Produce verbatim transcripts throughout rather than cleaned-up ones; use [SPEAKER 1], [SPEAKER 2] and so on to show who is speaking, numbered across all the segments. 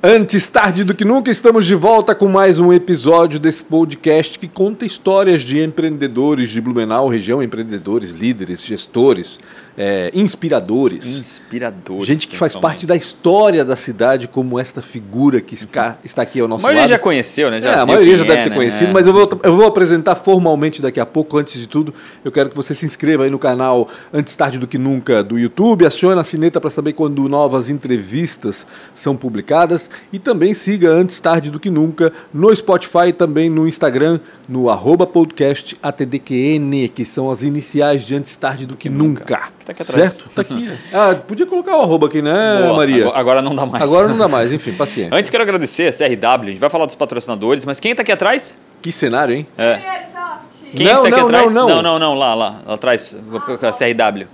[SPEAKER 1] Antes tarde do que nunca, estamos de volta com mais um episódio desse podcast que conta histórias de empreendedores de Blumenau, região, empreendedores, líderes, gestores, é, inspiradores.
[SPEAKER 2] Inspiradores.
[SPEAKER 1] Gente que faz parte da história da cidade, como esta figura que está, está aqui ao nosso lado.
[SPEAKER 2] A maioria lado. já conheceu, né? Já
[SPEAKER 1] é, a maioria já deve é, ter né? conhecido, mas eu vou, eu vou apresentar formalmente daqui a pouco. Antes de tudo, eu quero que você se inscreva aí no canal Antes Tarde do que Nunca do YouTube, acione a sineta para saber quando novas entrevistas são publicadas e também siga Antes Tarde do que Nunca no Spotify e também no Instagram, no arroba podcast A T D Q N, que são as iniciais de Antes Tarde do que, que Nunca. nunca.
[SPEAKER 2] Tá aqui atrás.
[SPEAKER 1] Certo? Tá aqui. Ah, podia colocar o arroba aqui, né,
[SPEAKER 2] Boa,
[SPEAKER 1] Maria?
[SPEAKER 2] Agora, agora não dá mais.
[SPEAKER 1] Agora não dá mais, enfim, paciência.
[SPEAKER 2] Antes quero agradecer a C R W, a gente vai falar dos patrocinadores, mas quem tá aqui atrás?
[SPEAKER 1] Que cenário, hein?
[SPEAKER 2] É. Quem
[SPEAKER 1] não,
[SPEAKER 2] tá aqui
[SPEAKER 1] não,
[SPEAKER 2] atrás?
[SPEAKER 1] Não, não,
[SPEAKER 2] não, não, não, lá, lá, lá atrás, a C R W.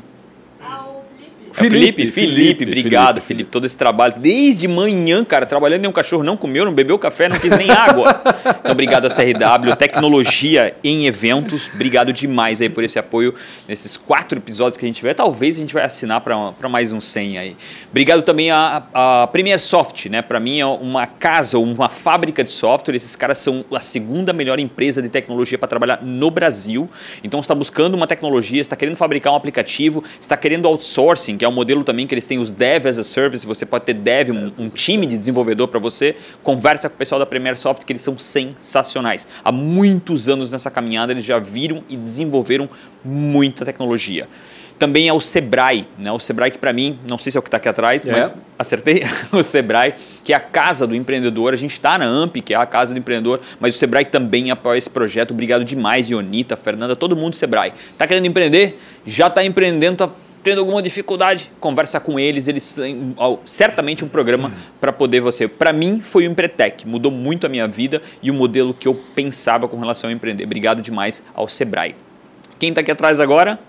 [SPEAKER 1] Felipe,
[SPEAKER 2] Felipe, Felipe, Felipe, obrigado, Felipe, Felipe, todo esse trabalho, desde manhã, cara, trabalhando, nem um cachorro não comeu, não bebeu café, não quis nem água. Então, obrigado a C R W, tecnologia em eventos, obrigado demais aí por esse apoio nesses quatro episódios que a gente vai, talvez a gente vai assinar para mais uns cem aí. Obrigado também a, a Premier Soft, né, para mim é uma casa, uma fábrica de software, esses caras são a segunda melhor empresa de tecnologia para trabalhar no Brasil, então você está buscando uma tecnologia, está querendo fabricar um aplicativo, está querendo outsourcing, que é um modelo também que eles têm os Dev as a Service, você pode ter Dev, um, um time de desenvolvedor para você, conversa com o pessoal da Premier Soft, que eles são sensacionais. Há muitos anos nessa caminhada, eles já viram e desenvolveram muita tecnologia. Também é o Sebrae, né? O Sebrae que para mim, não sei se é o que está aqui atrás, é. mas acertei, o Sebrae, que é a casa do empreendedor, a gente está na AMP, que é a casa do empreendedor, mas o Sebrae também apoia esse projeto, obrigado demais, Ionita, Fernanda, todo mundo do Sebrae. Está querendo empreender? Já está empreendendo, está tendo alguma dificuldade, conversa com eles, eles têm certamente um programa para poder você. Para mim foi o Empretec, mudou muito a minha vida e o modelo que eu pensava com relação a empreender. Obrigado demais ao Sebrae. Quem está aqui atrás agora?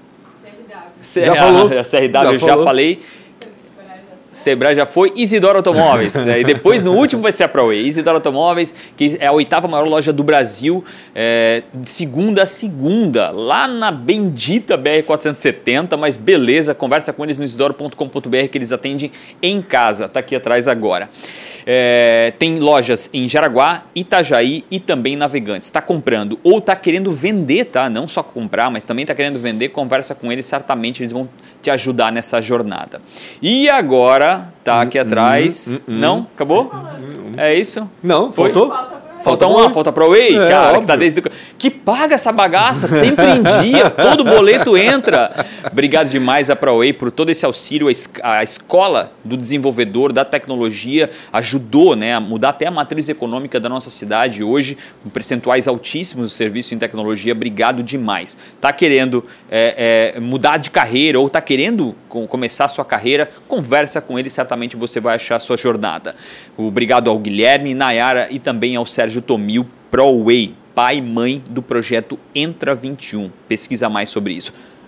[SPEAKER 2] C R W. Já falou. A C R W já, já falei. Sebrae já foi, Isidoro Automóveis, né? E depois no último vai ser a ProWay. Isidoro Automóveis, que é a oitava maior loja do Brasil, é, de segunda a segunda, lá na bendita B R quatrocentos e setenta, mas beleza, conversa com eles no isidoro ponto com ponto b r que eles atendem em casa, tá aqui atrás agora. É, tem lojas em Jaraguá, Itajaí e também Navegantes. Está comprando ou está querendo vender, tá? Não só comprar, mas também está querendo vender, conversa com eles, certamente eles vão te ajudar nessa jornada. E agora tá aqui atrás. Hum, hum, hum, não? Acabou? Hum, é isso?
[SPEAKER 1] Não,
[SPEAKER 2] foi?
[SPEAKER 1] Faltou?
[SPEAKER 2] Falta uma, falta pra Way, é, cara, óbvio. Que tá desde que paga essa bagaça sempre em dia, todo boleto entra. Obrigado demais a ProWay por todo esse auxílio, a escola do desenvolvedor, da tecnologia, ajudou, né, a mudar até a matriz econômica da nossa cidade hoje, com percentuais altíssimos de serviço em tecnologia. Obrigado demais. Tá querendo é, é, mudar de carreira ou tá querendo começar a sua carreira, conversa com ele, certamente você vai achar a sua jornada. Obrigado ao Guilherme, Nayara e também ao Sérgio Tomil, ProWay, pai e mãe do projeto Entra vinte e um. Pesquisa mais sobre isso.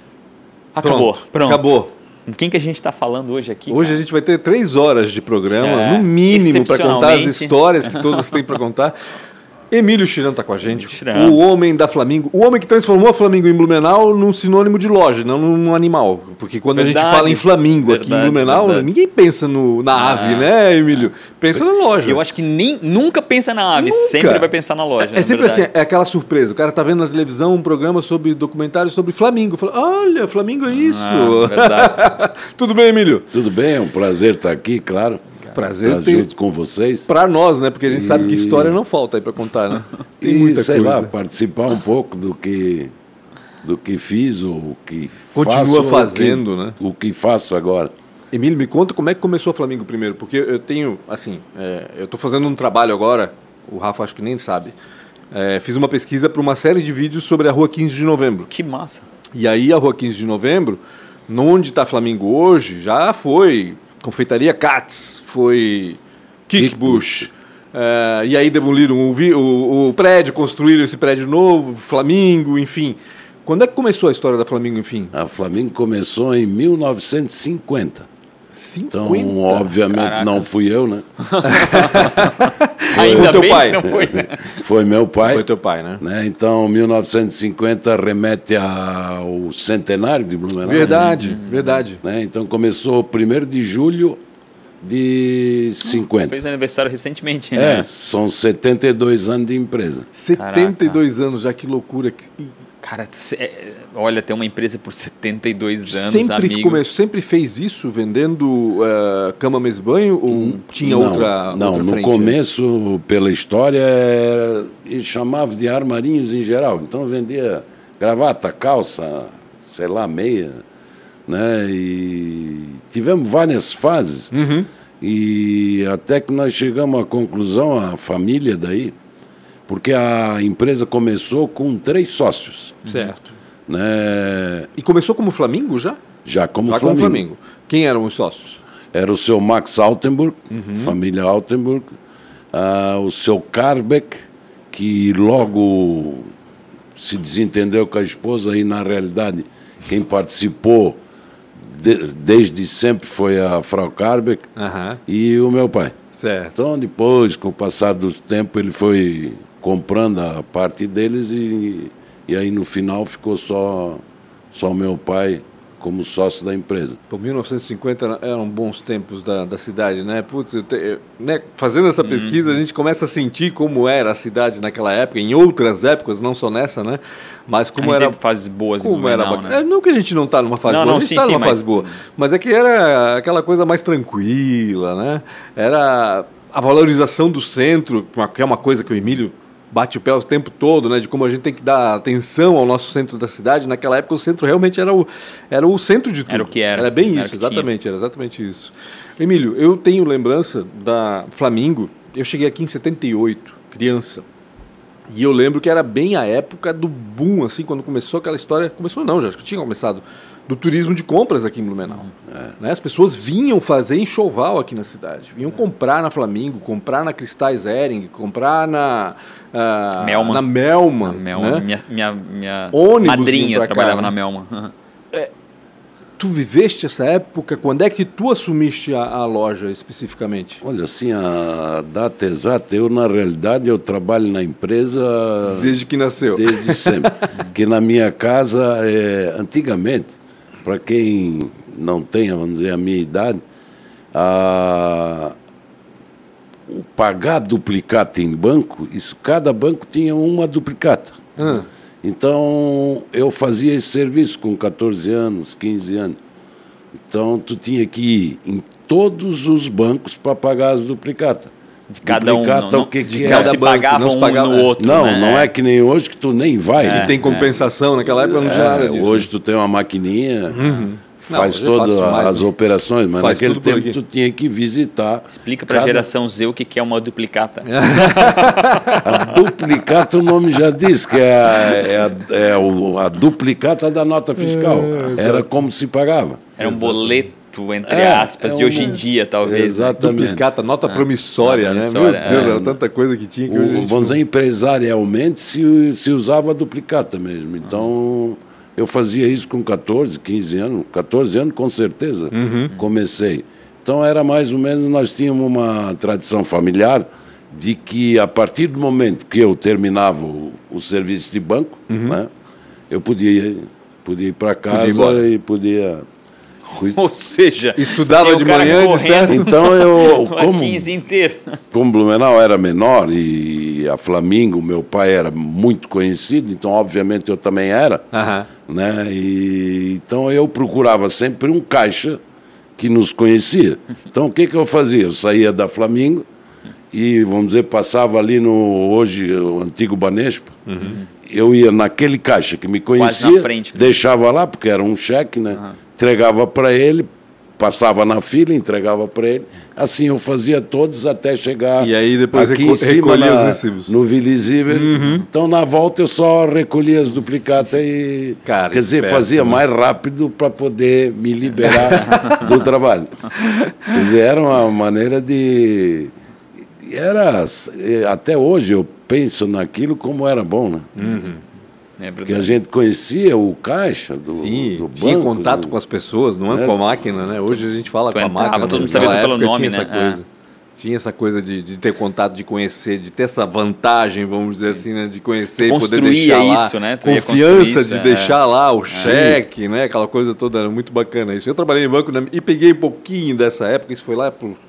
[SPEAKER 2] Acabou.
[SPEAKER 1] Pronto.
[SPEAKER 2] Pronto.
[SPEAKER 1] Acabou.
[SPEAKER 2] Com quem que a gente está falando hoje aqui?
[SPEAKER 1] Hoje
[SPEAKER 2] cara?
[SPEAKER 1] A gente vai ter três horas de programa, é, no mínimo, para contar as histórias que todos têm para contar. Emílio Chiran está com a gente,
[SPEAKER 2] Chiran.
[SPEAKER 1] O homem da Flamingo, o homem que transformou a Flamingo em Blumenau num sinônimo de loja, não num animal. Porque quando verdade, a gente fala em Flamingo verdade, aqui em Blumenau, verdade. Ninguém pensa no, na ah, ave, né, Emílio? Pensa na loja.
[SPEAKER 2] Eu acho que nem, nunca pensa na ave,
[SPEAKER 1] nunca.
[SPEAKER 2] Sempre vai pensar na loja.
[SPEAKER 1] É, é sempre verdade. Assim, é aquela surpresa. O cara tá vendo na televisão um programa sobre documentário sobre Flamingo. Fala, olha, Flamingo é isso.
[SPEAKER 2] Ah, verdade.
[SPEAKER 1] Tudo bem, Emílio?
[SPEAKER 3] Tudo bem, é um prazer estar aqui, claro.
[SPEAKER 1] Prazer
[SPEAKER 3] estar ter... junto com vocês.
[SPEAKER 1] Para nós, né? Porque a gente e... sabe que história não falta aí para contar, né?
[SPEAKER 3] Tem e, muita sei coisa. Lá, participar um pouco do que, do que fiz, ou o que
[SPEAKER 1] continua
[SPEAKER 3] faço,
[SPEAKER 1] fazendo,
[SPEAKER 3] o que,
[SPEAKER 1] né?
[SPEAKER 3] O que faço agora.
[SPEAKER 1] Emílio, me conta como é que começou a Flamingo primeiro, porque eu tenho, assim, é, eu estou fazendo um trabalho agora, o Rafa acho que nem sabe, é, fiz uma pesquisa para uma série de vídeos sobre a Rua quinze de Novembro.
[SPEAKER 2] Que massa!
[SPEAKER 1] E aí a Rua quinze de Novembro, onde está Flamingo hoje, já foi Confeitaria Katz, foi Kickbush, é, e aí demoliram o, o, o prédio, construíram esse prédio novo, Flamingo, enfim. Quando é que começou a história da Flamingo, enfim?
[SPEAKER 3] A Flamingo começou em mil novecentos e cinquenta.
[SPEAKER 1] cinquenta?
[SPEAKER 3] Então, obviamente, Caraca. Não fui eu, né?
[SPEAKER 2] Ainda
[SPEAKER 1] teu
[SPEAKER 2] bem
[SPEAKER 1] pai.
[SPEAKER 2] Que não foi.
[SPEAKER 3] Foi meu pai.
[SPEAKER 1] Foi teu pai, né?
[SPEAKER 3] né? Então, mil novecentos e cinquenta remete ao centenário de Blumenau.
[SPEAKER 1] Verdade,
[SPEAKER 3] né?
[SPEAKER 1] verdade.
[SPEAKER 3] Né? Então, começou primeiro de julho de cinquenta.
[SPEAKER 2] Fez aniversário recentemente,
[SPEAKER 3] É,
[SPEAKER 2] né?
[SPEAKER 3] são setenta e dois anos de empresa.
[SPEAKER 1] setenta e dois anos já, que loucura.
[SPEAKER 2] Cara, é, olha, tem uma empresa por setenta e dois anos,
[SPEAKER 1] sempre
[SPEAKER 2] amigo.
[SPEAKER 1] Come, sempre fez isso, vendendo uh, cama, mesa e banho, ou hum, tinha
[SPEAKER 3] não,
[SPEAKER 1] outra
[SPEAKER 3] Não,
[SPEAKER 1] outra
[SPEAKER 3] no
[SPEAKER 1] frente,
[SPEAKER 3] começo, né? Pela história, era, eles chamavam de armarinhos em geral. Então vendia gravata, calça, sei lá, meia, né? E tivemos várias fases.
[SPEAKER 1] Uhum.
[SPEAKER 3] E até que nós chegamos à conclusão, a família daí, porque a empresa começou com três sócios.
[SPEAKER 1] Certo.
[SPEAKER 3] Né?
[SPEAKER 1] E começou como Flamingo já?
[SPEAKER 3] Já como
[SPEAKER 1] já
[SPEAKER 3] Flamingo.
[SPEAKER 1] como Flamingo. Quem eram os sócios?
[SPEAKER 3] Era o seu Max Altenburg,
[SPEAKER 1] uhum.
[SPEAKER 3] família Altenburg, uh, o seu Carbeck, que logo se desentendeu com a esposa e, na realidade, quem participou de, desde sempre foi a Frau Carbeck
[SPEAKER 1] uhum.
[SPEAKER 3] e o meu pai.
[SPEAKER 1] Certo.
[SPEAKER 3] Então, depois, com o passar do tempo, ele foi comprando a parte deles e, e aí, no final, ficou só, só o meu pai como sócio da empresa.
[SPEAKER 1] Por mil novecentos e cinquenta eram bons tempos da, da cidade, né? Putz, eu te, eu, né? Fazendo essa pesquisa, uhum. a gente começa a sentir como era a cidade naquela época, em outras épocas, não só nessa, né? Mas como
[SPEAKER 2] a gente
[SPEAKER 1] era...
[SPEAKER 2] teve fases boas
[SPEAKER 1] como
[SPEAKER 2] em Blumenau,
[SPEAKER 1] era,
[SPEAKER 2] né?
[SPEAKER 1] é, não que a gente não está numa fase
[SPEAKER 2] não,
[SPEAKER 1] boa,
[SPEAKER 2] não,
[SPEAKER 1] a gente
[SPEAKER 2] sim,
[SPEAKER 1] está
[SPEAKER 2] sim,
[SPEAKER 1] numa
[SPEAKER 2] mas...
[SPEAKER 1] fase boa. Mas é que era aquela coisa mais tranquila, né? Era a valorização do centro, que é uma coisa que o Emílio bate o pé o tempo todo, né, de como a gente tem que dar atenção ao nosso centro da cidade. Naquela época o centro realmente era o, era o centro de tudo.
[SPEAKER 2] Era o que era.
[SPEAKER 1] Era bem
[SPEAKER 2] era
[SPEAKER 1] isso, exatamente, tinha. Era exatamente isso. Emílio, eu tenho lembrança da Flamingo, eu cheguei aqui em setenta e oito, criança, e eu lembro que era bem a época do boom, assim, quando começou aquela história, começou não, já acho que tinha começado, do turismo de compras aqui em Blumenau. É. Né? As pessoas vinham fazer enxoval aqui na cidade. Vinham comprar na Flamingo, comprar na Cristais Hering, comprar na... Uh,
[SPEAKER 2] Melma.
[SPEAKER 1] Na Melma.
[SPEAKER 2] Na Melma.
[SPEAKER 1] Né?
[SPEAKER 2] Minha, minha, minha
[SPEAKER 1] madrinha
[SPEAKER 2] trabalhava
[SPEAKER 1] cá,
[SPEAKER 2] na
[SPEAKER 1] né?
[SPEAKER 2] Melma.
[SPEAKER 1] É, tu viveste essa época? Quando é que tu assumiste a, a loja especificamente?
[SPEAKER 3] Olha, assim, a data exata, eu na realidade eu trabalho na empresa...
[SPEAKER 1] Desde que nasceu.
[SPEAKER 3] Desde sempre. Que na minha casa, é, antigamente, para quem não tenha, vamos dizer, a minha idade, a, o pagar duplicata em banco, isso, cada banco tinha uma duplicata.
[SPEAKER 1] Hum.
[SPEAKER 3] Então, eu fazia esse serviço com catorze anos, quinze anos. Então, tu tinha que ir em todos os bancos para pagar as duplicatas.
[SPEAKER 2] De cada
[SPEAKER 3] duplicata,
[SPEAKER 2] um. Não,
[SPEAKER 3] o que
[SPEAKER 2] de
[SPEAKER 3] que
[SPEAKER 2] cada
[SPEAKER 3] é?
[SPEAKER 2] se pagava
[SPEAKER 1] não se
[SPEAKER 2] um
[SPEAKER 1] pagava,
[SPEAKER 2] no outro.
[SPEAKER 3] Não,
[SPEAKER 2] né?
[SPEAKER 3] não é que nem hoje que tu nem vai.
[SPEAKER 1] Que tem compensação, é. Naquela época não tinha
[SPEAKER 3] é,
[SPEAKER 1] nada disso.
[SPEAKER 3] Hoje tu tem uma maquininha, uhum. faz
[SPEAKER 1] não,
[SPEAKER 3] todas
[SPEAKER 1] demais,
[SPEAKER 3] as
[SPEAKER 1] né?
[SPEAKER 3] operações, mas
[SPEAKER 1] faz
[SPEAKER 3] naquele tempo tu tinha que visitar.
[SPEAKER 2] Explica para a cada... geração Z o que é uma duplicata.
[SPEAKER 3] A duplicata, o nome já diz, que é a, é a, é a duplicata da nota fiscal. É, era como se pagava.
[SPEAKER 2] Era um boleto, entre
[SPEAKER 3] é,
[SPEAKER 2] aspas, é de hoje em dia, talvez.
[SPEAKER 3] Exatamente.
[SPEAKER 1] Duplicata, nota promissória, ah, né?
[SPEAKER 2] promissória,
[SPEAKER 1] Meu Deus,
[SPEAKER 2] é.
[SPEAKER 1] era tanta coisa que tinha que
[SPEAKER 3] o,
[SPEAKER 1] hoje a gente...
[SPEAKER 3] Vamos dizer, empresarialmente se, se usava a duplicata mesmo. Então, eu fazia isso com catorze, quinze anos. catorze anos, com certeza,
[SPEAKER 1] uhum.
[SPEAKER 3] comecei. Então, era mais ou menos, nós tínhamos uma tradição familiar de que, a partir do momento que eu terminava o, o serviço de banco, uhum. né, eu podia, podia ir para casa podia e podia...
[SPEAKER 2] Ou seja,
[SPEAKER 1] estudava de manhã, de certo?
[SPEAKER 3] Então eu, como,
[SPEAKER 2] quinze inteiro.
[SPEAKER 3] como Blumenau era menor e a Flamingo, meu pai era muito conhecido, então obviamente eu também era,
[SPEAKER 1] uhum.
[SPEAKER 3] né? E, então eu procurava sempre um caixa que nos conhecia. Então o que que eu fazia? Eu saía da Flamingo e, vamos dizer, passava ali no, hoje, o antigo Banespa, uhum. eu ia naquele caixa que me conhecia,
[SPEAKER 2] na frente, né?
[SPEAKER 3] Deixava lá, porque era um cheque, né? Uhum. Entregava para ele, passava na fila, entregava para ele. Assim eu fazia todos até chegar
[SPEAKER 1] e aí depois
[SPEAKER 3] aqui
[SPEAKER 1] reco
[SPEAKER 3] em cima
[SPEAKER 1] recolhia
[SPEAKER 3] na,
[SPEAKER 1] os recibos.
[SPEAKER 3] No Vilisível. Uhum. Então, na volta, eu só recolhia as duplicatas e,
[SPEAKER 1] Cara,
[SPEAKER 3] quer dizer,
[SPEAKER 1] esperto,
[SPEAKER 3] fazia
[SPEAKER 1] né?
[SPEAKER 3] mais rápido para poder me liberar do trabalho. Quer dizer, era uma maneira de... Era, até hoje eu penso naquilo como era bom, né?
[SPEAKER 1] Uhum.
[SPEAKER 2] É
[SPEAKER 3] porque a gente conhecia o caixa do,
[SPEAKER 1] Sim,
[SPEAKER 3] do banco.
[SPEAKER 1] tinha contato
[SPEAKER 3] do...
[SPEAKER 1] com as pessoas, não é, é com a máquina, né? Hoje a gente fala
[SPEAKER 2] tu
[SPEAKER 1] com a
[SPEAKER 2] entrava,
[SPEAKER 1] máquina.
[SPEAKER 2] todo mundo sabia pelo nome,
[SPEAKER 1] tinha
[SPEAKER 2] né?
[SPEAKER 1] Essa coisa. É. Tinha essa coisa de, de ter contato, de conhecer, de ter essa vantagem, vamos dizer assim, né? De conhecer e poder deixar lá.
[SPEAKER 2] Isso, né? Tu
[SPEAKER 1] confiança
[SPEAKER 2] isso,
[SPEAKER 1] de
[SPEAKER 2] é.
[SPEAKER 1] deixar lá o cheque, né? Aquela coisa toda, era muito bacana isso. Eu trabalhei em banco, né? E peguei um pouquinho dessa época, isso foi lá por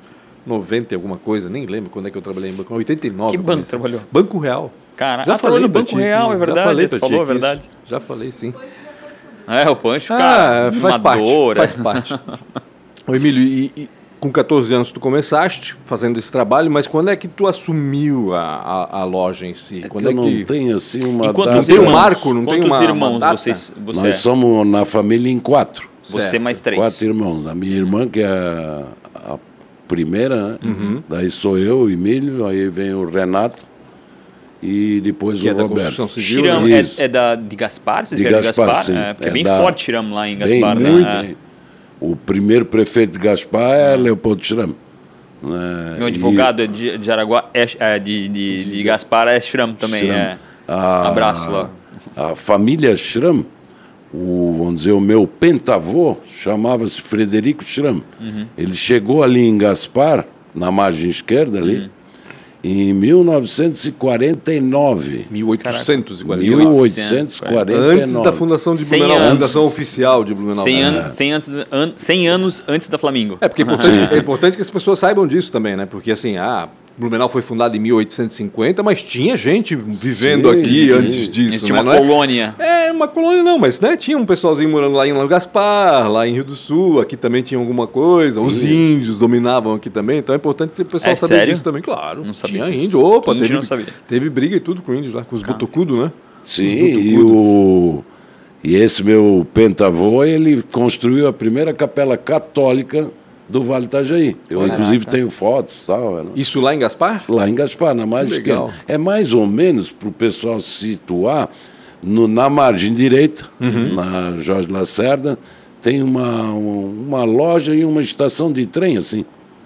[SPEAKER 1] noventa e alguma coisa, nem lembro quando é que eu trabalhei em banco. oitenta e nove.
[SPEAKER 2] Que banco trabalhou?
[SPEAKER 1] Banco Real.
[SPEAKER 2] Cara,
[SPEAKER 1] já
[SPEAKER 2] ah, falou no Banco
[SPEAKER 1] ti,
[SPEAKER 2] Real, é verdade.
[SPEAKER 1] Já falei pra
[SPEAKER 2] falou,
[SPEAKER 1] ti
[SPEAKER 2] é verdade.
[SPEAKER 1] Isso. Já falei, sim.
[SPEAKER 2] É, o Pancho,
[SPEAKER 1] ah,
[SPEAKER 2] cara,
[SPEAKER 1] faz
[SPEAKER 2] madura.
[SPEAKER 1] parte, faz parte. Ô, Emílio, e, e com catorze anos tu começaste fazendo esse trabalho, mas quando é que tu assumiu a, a, a loja em si?
[SPEAKER 3] É
[SPEAKER 1] quando
[SPEAKER 3] que
[SPEAKER 1] é
[SPEAKER 3] eu
[SPEAKER 1] que...
[SPEAKER 3] não tenho assim uma
[SPEAKER 2] Enquanto
[SPEAKER 3] data.
[SPEAKER 1] Não tem um
[SPEAKER 2] irmãos,
[SPEAKER 1] marco, não tem
[SPEAKER 2] quantos
[SPEAKER 1] uma,
[SPEAKER 2] irmãos
[SPEAKER 1] uma data?
[SPEAKER 2] vocês, você
[SPEAKER 3] Nós
[SPEAKER 2] é?
[SPEAKER 3] somos na família em quatro.
[SPEAKER 2] Você
[SPEAKER 1] Certo.
[SPEAKER 2] mais três.
[SPEAKER 3] Quatro irmãos. A minha irmã, que é a, a primeira, né?
[SPEAKER 1] Uhum.
[SPEAKER 3] Daí sou eu, o Emílio, aí vem o Renato e depois
[SPEAKER 1] Que
[SPEAKER 3] o
[SPEAKER 1] é da
[SPEAKER 3] Roberto.
[SPEAKER 1] construção civil,
[SPEAKER 2] Xiram
[SPEAKER 1] né?
[SPEAKER 2] é,
[SPEAKER 3] Isso.
[SPEAKER 2] é da, de Gaspar? Vocês
[SPEAKER 3] De
[SPEAKER 2] vieram de
[SPEAKER 3] Gaspar,
[SPEAKER 2] Gaspar?
[SPEAKER 3] sim.
[SPEAKER 2] É, porque é,
[SPEAKER 3] É
[SPEAKER 2] bem
[SPEAKER 3] da-
[SPEAKER 2] forte Xiram lá em
[SPEAKER 3] Bem,
[SPEAKER 2] Gaspar.
[SPEAKER 3] muito
[SPEAKER 2] né?
[SPEAKER 3] bem. O primeiro prefeito de Gaspar é Leopoldo Schramm. Né?
[SPEAKER 2] Meu
[SPEAKER 3] E
[SPEAKER 2] advogado é de, de Araguá, é, é de, de, de Gaspar é Xiram também.
[SPEAKER 3] Schramm.
[SPEAKER 2] É.
[SPEAKER 3] A-
[SPEAKER 2] Abraço lá.
[SPEAKER 3] A família Schramm, o, vamos dizer, o meu pentavô chamava-se Frederico Schramm.
[SPEAKER 2] Uhum.
[SPEAKER 3] Ele chegou ali em Gaspar, na margem esquerda ali,
[SPEAKER 2] Uhum.
[SPEAKER 3] em mil novecentos e quarenta e nove.
[SPEAKER 1] mil oitocentos e quarenta e
[SPEAKER 3] mil
[SPEAKER 1] nove.
[SPEAKER 3] oitocentos e quarenta e nove.
[SPEAKER 1] Antes da fundação de
[SPEAKER 2] cem
[SPEAKER 1] Blumenau, a
[SPEAKER 2] anos.
[SPEAKER 1] fundação oficial de Blumenau.
[SPEAKER 2] cem,
[SPEAKER 1] É.
[SPEAKER 2] anos, cem, antes, an, cem anos antes da Flamingo.
[SPEAKER 1] É, porque é importante, é importante que as pessoas saibam disso também, né? Porque assim, ah, Blumenau foi fundado em mil oitocentos e cinquenta, mas tinha gente vivendo
[SPEAKER 3] Sim,
[SPEAKER 1] aqui
[SPEAKER 3] sim.
[SPEAKER 1] antes disso,
[SPEAKER 2] Eles tinham
[SPEAKER 1] né?
[SPEAKER 2] uma
[SPEAKER 1] Não é-
[SPEAKER 2] colônia.
[SPEAKER 1] É, uma colônia não, mas né, tinha um pessoalzinho morando lá em Lago Gaspar, lá em Rio do Sul, aqui também tinha alguma coisa, os índios dominavam aqui também, então é importante o pessoal
[SPEAKER 2] É
[SPEAKER 1] saber
[SPEAKER 2] sério?
[SPEAKER 1] disso também, claro.
[SPEAKER 2] Não sabia
[SPEAKER 1] tinha
[SPEAKER 2] disso.
[SPEAKER 1] índio, opa,
[SPEAKER 2] Índio
[SPEAKER 1] teve,
[SPEAKER 2] não sabia.
[SPEAKER 1] teve briga e tudo com índios lá, com os botocudos, né?
[SPEAKER 3] Sim, e, o, e esse meu pentavô, ele construiu a primeira capela católica do Vale Itajaí. Eu,
[SPEAKER 1] Caraca.
[SPEAKER 3] inclusive, tenho fotos e tal. Né?
[SPEAKER 1] Isso lá em Gaspar?
[SPEAKER 3] Lá em Gaspar, na margem
[SPEAKER 1] Legal.
[SPEAKER 3] esquerda. É mais ou menos, para o pessoal se situar, no, na margem direita,
[SPEAKER 1] Uhum.
[SPEAKER 3] na Jorge Lacerda, tem uma, um- uma loja e uma estação de trem, assim.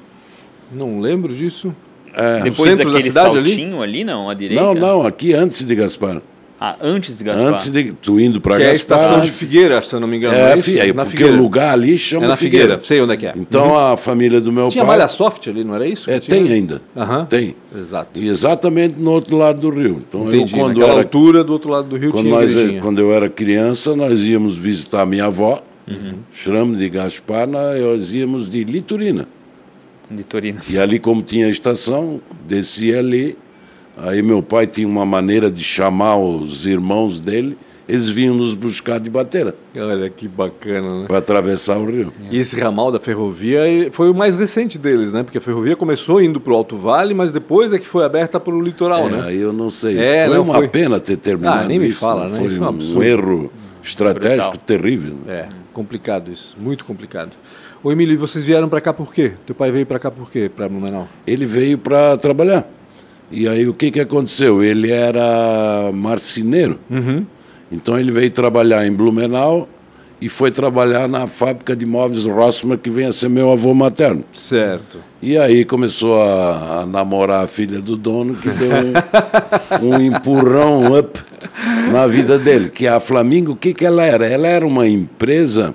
[SPEAKER 1] Não lembro disso.
[SPEAKER 3] É.
[SPEAKER 2] Depois
[SPEAKER 1] centro da
[SPEAKER 2] daquele
[SPEAKER 1] cidade ali?
[SPEAKER 2] saltinho ali? não, à direita?
[SPEAKER 3] Não, não, aqui antes de Gaspar.
[SPEAKER 2] Ah, antes de Gaspar.
[SPEAKER 3] Antes de tu indo para
[SPEAKER 1] Que é a
[SPEAKER 3] Gaspar.
[SPEAKER 1] estação de
[SPEAKER 3] antes-
[SPEAKER 1] Figueira, se eu não me engano.
[SPEAKER 3] É,
[SPEAKER 1] é isso?
[SPEAKER 3] fi- é,
[SPEAKER 1] na
[SPEAKER 3] porque
[SPEAKER 1] Figueira.
[SPEAKER 3] o lugar ali chama
[SPEAKER 1] É na Figueira, sei onde é que é.
[SPEAKER 3] Então a família do meu
[SPEAKER 1] Tinha
[SPEAKER 3] pai.
[SPEAKER 1] malha soft ali, não era isso? que
[SPEAKER 3] É,
[SPEAKER 1] tinha?
[SPEAKER 3] tem ainda.
[SPEAKER 1] Aham.
[SPEAKER 3] Tem.
[SPEAKER 1] Exato.
[SPEAKER 3] E exatamente no outro lado do rio. Então
[SPEAKER 1] Entendi.
[SPEAKER 3] eu quando
[SPEAKER 1] Naquela
[SPEAKER 3] era
[SPEAKER 1] altura, do outro lado do rio,
[SPEAKER 3] quando,
[SPEAKER 1] tinha
[SPEAKER 3] nós,
[SPEAKER 1] igrejinha.
[SPEAKER 3] quando eu era criança, nós íamos visitar minha avó,
[SPEAKER 1] Uhum.
[SPEAKER 3] Schramm de Gaspar, nós íamos de Litorina.
[SPEAKER 2] De Torino.
[SPEAKER 3] E ali, como tinha a estação, descia ali. Aí meu pai tinha uma maneira de chamar os irmãos dele, eles vinham nos buscar de bateira
[SPEAKER 1] Olha que bacana, né?
[SPEAKER 3] para atravessar o rio.
[SPEAKER 1] E esse ramal da ferrovia foi o mais recente deles, né? Porque a ferrovia começou indo para o Alto Vale, mas depois é que foi aberta para o litoral,
[SPEAKER 3] É,
[SPEAKER 1] né?
[SPEAKER 3] aí eu não sei.
[SPEAKER 1] É,
[SPEAKER 3] foi
[SPEAKER 1] não,
[SPEAKER 3] uma
[SPEAKER 1] foi.
[SPEAKER 3] pena ter terminado
[SPEAKER 1] Ah, nem me
[SPEAKER 3] isso.
[SPEAKER 1] fala, né?
[SPEAKER 3] Foi
[SPEAKER 1] Isso é um
[SPEAKER 3] um,
[SPEAKER 1] absurdo.
[SPEAKER 3] erro estratégico
[SPEAKER 2] Brutal.
[SPEAKER 3] terrível.
[SPEAKER 1] É, complicado isso, muito complicado. Ô Emílio, e vocês vieram para cá por quê? Teu pai veio para cá por quê, para Blumenau?
[SPEAKER 3] Ele veio para trabalhar. E aí o que, que aconteceu? Ele era marceneiro.
[SPEAKER 1] Uhum.
[SPEAKER 3] Então ele veio trabalhar em Blumenau e foi trabalhar na fábrica de móveis Rossmann, que vem a ser meu avô materno.
[SPEAKER 1] Certo.
[SPEAKER 3] E aí começou a, a namorar a filha do dono, que deu um, um empurrão up na vida dele. Que a Flamingo, o que, que ela era? Ela era uma empresa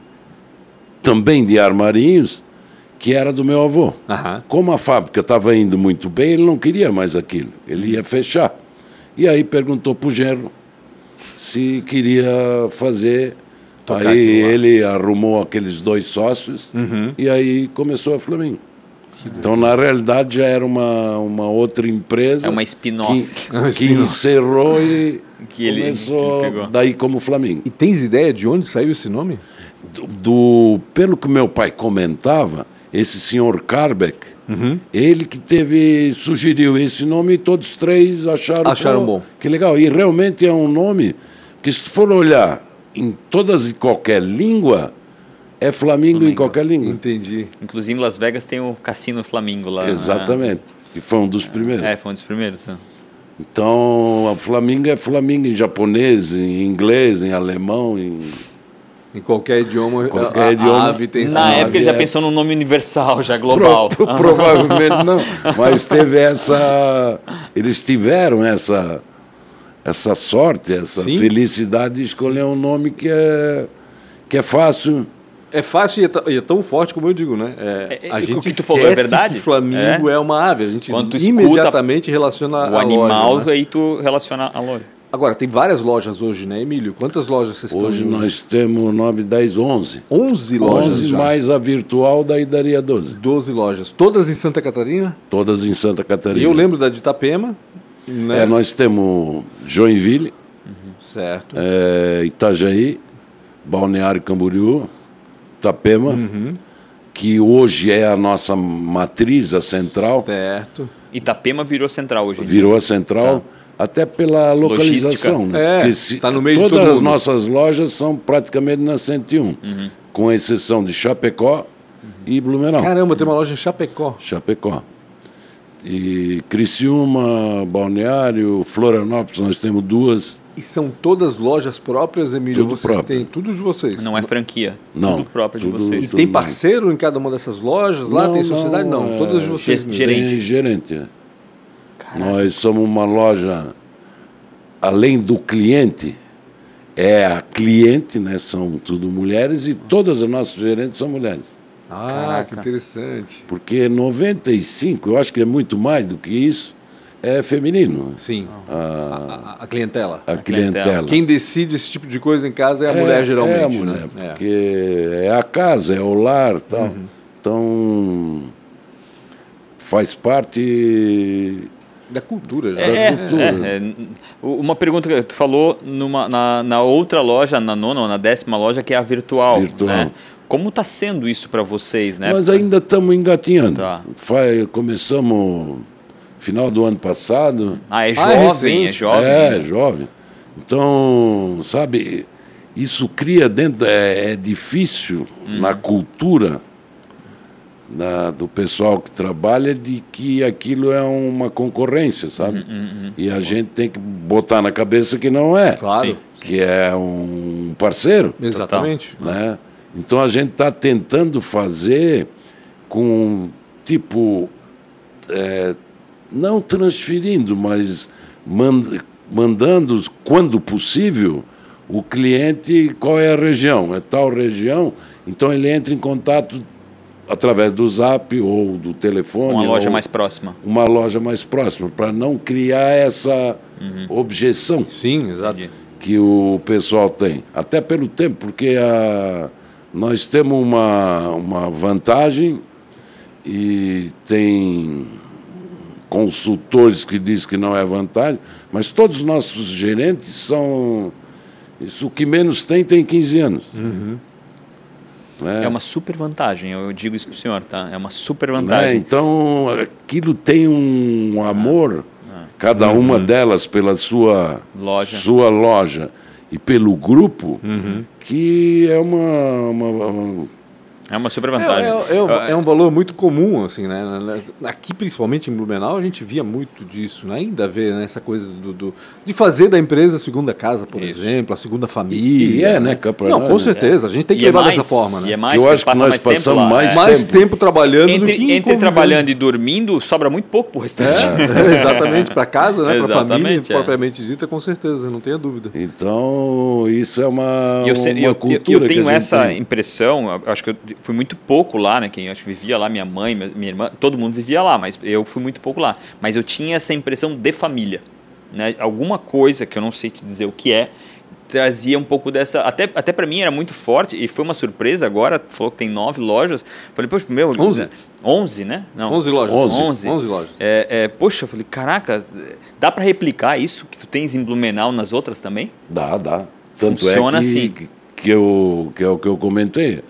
[SPEAKER 3] também de armarinhos, que era do meu avô.
[SPEAKER 1] Aham.
[SPEAKER 3] Como a fábrica estava indo muito bem, ele não queria mais aquilo. Ele ia fechar. E aí perguntou para o genro se queria fazer.
[SPEAKER 1] Tocar
[SPEAKER 3] Aí
[SPEAKER 1] aquilo lá.
[SPEAKER 3] ele arrumou aqueles dois sócios
[SPEAKER 1] Uhum.
[SPEAKER 3] e aí começou a Flamingo. Então, na realidade, já era uma, uma outra empresa.
[SPEAKER 2] É uma spin-off.
[SPEAKER 3] Que,
[SPEAKER 1] É uma
[SPEAKER 3] que
[SPEAKER 1] spin-off.
[SPEAKER 3] encerrou e
[SPEAKER 2] Que ele-
[SPEAKER 3] começou
[SPEAKER 2] que ele pegou.
[SPEAKER 3] daí como Flamingo.
[SPEAKER 1] E tens ideia de onde saiu esse nome?
[SPEAKER 3] Do, do- pelo que meu pai comentava, esse senhor Carbeck,
[SPEAKER 1] Uhum.
[SPEAKER 3] ele que teve, sugeriu esse nome e todos três acharam,
[SPEAKER 1] Acharam
[SPEAKER 3] pô,
[SPEAKER 1] bom.
[SPEAKER 3] Que legal. E realmente é um nome que, se tu for olhar em todas e qualquer língua, é Flamingo, em qualquer língua.
[SPEAKER 1] Entendi.
[SPEAKER 2] Inclusive em Las Vegas tem o Cassino Flamingo lá.
[SPEAKER 3] Exatamente. Que foi um dos primeiros.
[SPEAKER 2] É, foi um dos primeiros. né?
[SPEAKER 3] Então, a Flamingo é Flamingo em japonês, em inglês, em alemão, em...
[SPEAKER 1] Em qualquer idioma,
[SPEAKER 3] Qualquer
[SPEAKER 1] a, a
[SPEAKER 3] idioma.
[SPEAKER 1] ave tem
[SPEAKER 2] Na
[SPEAKER 3] Sim,
[SPEAKER 2] época ele já
[SPEAKER 3] é-
[SPEAKER 2] pensou num nome universal, já global.
[SPEAKER 3] Pro- provavelmente não, mas teve essa... Eles tiveram essa, essa sorte, essa
[SPEAKER 1] Sim.
[SPEAKER 3] felicidade de escolher um nome que é, que é fácil.
[SPEAKER 1] É fácil e é, t- e é tão forte como eu digo, né? É,
[SPEAKER 2] É,
[SPEAKER 1] a
[SPEAKER 2] é,
[SPEAKER 1] gente
[SPEAKER 2] o que tu falou é
[SPEAKER 1] esquece
[SPEAKER 2] verdade?
[SPEAKER 1] que Flamingo é. uma ave. A gente
[SPEAKER 2] Quando tu escuta
[SPEAKER 1] imediatamente relaciona
[SPEAKER 2] O
[SPEAKER 1] a
[SPEAKER 2] animal,
[SPEAKER 1] loja, né?
[SPEAKER 2] aí tu relaciona a lore.
[SPEAKER 1] Agora, tem várias lojas hoje, né, Emílio? Quantas lojas vocês estão?
[SPEAKER 3] Hoje nós temos nove, dez, onze.
[SPEAKER 1] onze lojas.
[SPEAKER 3] onze
[SPEAKER 1] já.
[SPEAKER 3] mais a virtual, daí daria doze.
[SPEAKER 1] doze lojas. Todas em Santa Catarina?
[SPEAKER 3] Todas em Santa Catarina.
[SPEAKER 1] E eu lembro da de Itapema. Né?
[SPEAKER 3] É, nós temos Joinville,
[SPEAKER 1] Certo.
[SPEAKER 3] é, Itajaí, Balneário Camboriú, Itapema,
[SPEAKER 1] Uhum.
[SPEAKER 3] que hoje é a nossa matriz, a central.
[SPEAKER 1] Certo.
[SPEAKER 2] Itapema virou central hoje em dia.
[SPEAKER 3] Virou a central, até pela localização.
[SPEAKER 2] Logística.
[SPEAKER 3] Né?
[SPEAKER 1] É,
[SPEAKER 3] Porque se-
[SPEAKER 1] tá no meio de
[SPEAKER 3] todas
[SPEAKER 1] todo
[SPEAKER 3] as
[SPEAKER 1] mundo.
[SPEAKER 3] nossas lojas são praticamente na cento e um, com exceção de Chapecó e Blumenau.
[SPEAKER 1] Caramba, tem uma loja em Chapecó.
[SPEAKER 3] Chapecó. E Criciúma, Balneário, Florianópolis, nós temos duas.
[SPEAKER 1] E são todas lojas próprias, Emílio?
[SPEAKER 3] Tudo
[SPEAKER 1] vocês
[SPEAKER 3] próprio.
[SPEAKER 1] têm tudo de vocês?
[SPEAKER 2] Não é franquia.
[SPEAKER 3] Não,
[SPEAKER 2] Tudo próprio
[SPEAKER 3] tudo-
[SPEAKER 2] de vocês.
[SPEAKER 1] E
[SPEAKER 3] tudo
[SPEAKER 1] tem
[SPEAKER 3] bem.
[SPEAKER 1] parceiro em cada uma dessas lojas? Lá
[SPEAKER 3] Não,
[SPEAKER 1] tem sociedade? Não,
[SPEAKER 3] não,
[SPEAKER 1] todas de
[SPEAKER 3] é,
[SPEAKER 1] vocês.
[SPEAKER 2] ge-
[SPEAKER 1] mesmo.
[SPEAKER 2] gerente.
[SPEAKER 3] Tem gerente. é. Nós somos uma loja, além do cliente, é a cliente, né? São tudo mulheres e todas as nossas gerentes são mulheres.
[SPEAKER 1] Ah,
[SPEAKER 2] Caraca.
[SPEAKER 1] que interessante.
[SPEAKER 3] Porque noventa e cinco, eu acho que é muito mais do que isso, é feminino.
[SPEAKER 1] Sim. A, a- a clientela.
[SPEAKER 3] A,
[SPEAKER 2] clientela.
[SPEAKER 3] clientela.
[SPEAKER 1] Quem decide esse tipo de coisa em casa é a
[SPEAKER 3] É-
[SPEAKER 1] mulher, geralmente.
[SPEAKER 3] É a mulher,
[SPEAKER 1] né? É.
[SPEAKER 3] porque é a casa, é o lar tal.
[SPEAKER 1] Uhum.
[SPEAKER 3] Então, faz parte
[SPEAKER 1] Da cultura já.
[SPEAKER 2] É,
[SPEAKER 1] né?
[SPEAKER 3] cultura.
[SPEAKER 2] é, é. Uma pergunta que tu falou numa, na, na outra loja, na nona ou na décima loja, que é a virtual.
[SPEAKER 3] Virtual.
[SPEAKER 2] Né? Como está sendo isso para vocês, né?
[SPEAKER 3] Nós ainda estamos engatinhando.
[SPEAKER 2] Tá.
[SPEAKER 3] Faz, começamos final do ano passado.
[SPEAKER 2] Ah, é
[SPEAKER 1] Ah, é
[SPEAKER 2] jovem, é
[SPEAKER 1] recente.
[SPEAKER 2] jovem.
[SPEAKER 3] É, jovem. Então, sabe, isso cria dentro. É, é difícil na cultura da- do pessoal que trabalha de que aquilo é uma concorrência, sabe? E a gente tem que botar na cabeça que não é.
[SPEAKER 1] Claro.
[SPEAKER 2] Sim.
[SPEAKER 3] Que é um parceiro.
[SPEAKER 1] Exatamente.
[SPEAKER 3] Né? Então a gente está tentando fazer com, tipo, é, não transferindo, mas mand- mandando, quando possível, o cliente qual é a região. É tal região, então ele entra em contato através do Zap ou do telefone.
[SPEAKER 2] Uma loja
[SPEAKER 3] ou
[SPEAKER 2] mais próxima.
[SPEAKER 3] uma loja mais próxima, para não criar essa objeção
[SPEAKER 1] Sim, exato.
[SPEAKER 2] Entendi.
[SPEAKER 3] que o pessoal tem. Até pelo tempo, porque a, nós temos uma, uma vantagem e tem consultores que dizem que não é vantagem, mas todos os nossos gerentes são... Isso, o que menos tem, tem quinze anos. Né?
[SPEAKER 2] É uma super vantagem, eu digo isso para o senhor, tá? É uma super
[SPEAKER 3] Né?
[SPEAKER 2] vantagem.
[SPEAKER 3] Então, aquilo tem um amor, cada uma delas pela sua
[SPEAKER 2] Loja.
[SPEAKER 3] sua loja e pelo grupo, que é uma, uma- uma-
[SPEAKER 2] É uma super
[SPEAKER 1] É,
[SPEAKER 2] vantagem.
[SPEAKER 1] é- é um- é um valor muito comum, assim, né? Aqui, principalmente em Blumenau, a gente via muito disso, né? Ainda vê né? essa coisa do, do- de fazer da empresa a segunda casa, por
[SPEAKER 2] Isso.
[SPEAKER 1] exemplo, a segunda
[SPEAKER 3] E-
[SPEAKER 1] família.
[SPEAKER 3] e é, né, cá pra
[SPEAKER 1] Não,
[SPEAKER 3] nós,
[SPEAKER 1] com
[SPEAKER 3] né?
[SPEAKER 1] certeza. A gente tem que
[SPEAKER 2] E é
[SPEAKER 1] levar
[SPEAKER 2] mais-
[SPEAKER 1] dessa forma, né?
[SPEAKER 2] E é mais,
[SPEAKER 3] Eu
[SPEAKER 2] porque
[SPEAKER 3] acho que
[SPEAKER 2] passa
[SPEAKER 3] nós
[SPEAKER 2] mais tempo
[SPEAKER 3] passamos
[SPEAKER 2] lá,
[SPEAKER 3] mais
[SPEAKER 2] é.
[SPEAKER 1] Mais
[SPEAKER 3] tempo.
[SPEAKER 1] tempo trabalhando do
[SPEAKER 2] Entre,
[SPEAKER 1] que
[SPEAKER 2] entre
[SPEAKER 1] convivendo.
[SPEAKER 2] trabalhando e dormindo, sobra muito pouco pro restante.
[SPEAKER 1] É, exatamente, para casa, né? Para família,
[SPEAKER 2] Exatamente, é.
[SPEAKER 1] propriamente dita, com certeza, não tenha dúvida.
[SPEAKER 3] Então, isso é uma,
[SPEAKER 2] E eu, se-
[SPEAKER 3] uma
[SPEAKER 2] eu- eu-
[SPEAKER 3] cultura
[SPEAKER 2] eu
[SPEAKER 3] que a
[SPEAKER 2] tenho
[SPEAKER 3] gente
[SPEAKER 2] essa
[SPEAKER 3] tem.
[SPEAKER 2] impressão, eu acho que eu fui muito pouco lá, né? Quem eu acho que vivia lá, minha mãe, minha minha irmã, todo mundo vivia lá, mas eu fui muito pouco lá. Mas eu tinha essa impressão de família, né? Alguma coisa que eu não sei te dizer o que é, trazia um pouco dessa. Até, até para mim era muito forte e foi uma surpresa agora. Falou que tem nove lojas. Falei, poxa, meu.
[SPEAKER 1] Onze.
[SPEAKER 2] Onze, né? Não.
[SPEAKER 1] onze lojas.
[SPEAKER 3] Onze.
[SPEAKER 2] Onze.
[SPEAKER 1] onze lojas.
[SPEAKER 2] É, é, poxa, eu falei, caraca, dá para replicar isso que tu tens em Blumenau nas outras também?
[SPEAKER 3] Dá, dá. Tanto
[SPEAKER 2] Funciona
[SPEAKER 3] é que,
[SPEAKER 2] assim.
[SPEAKER 3] que, que, eu, que é o que eu comentei.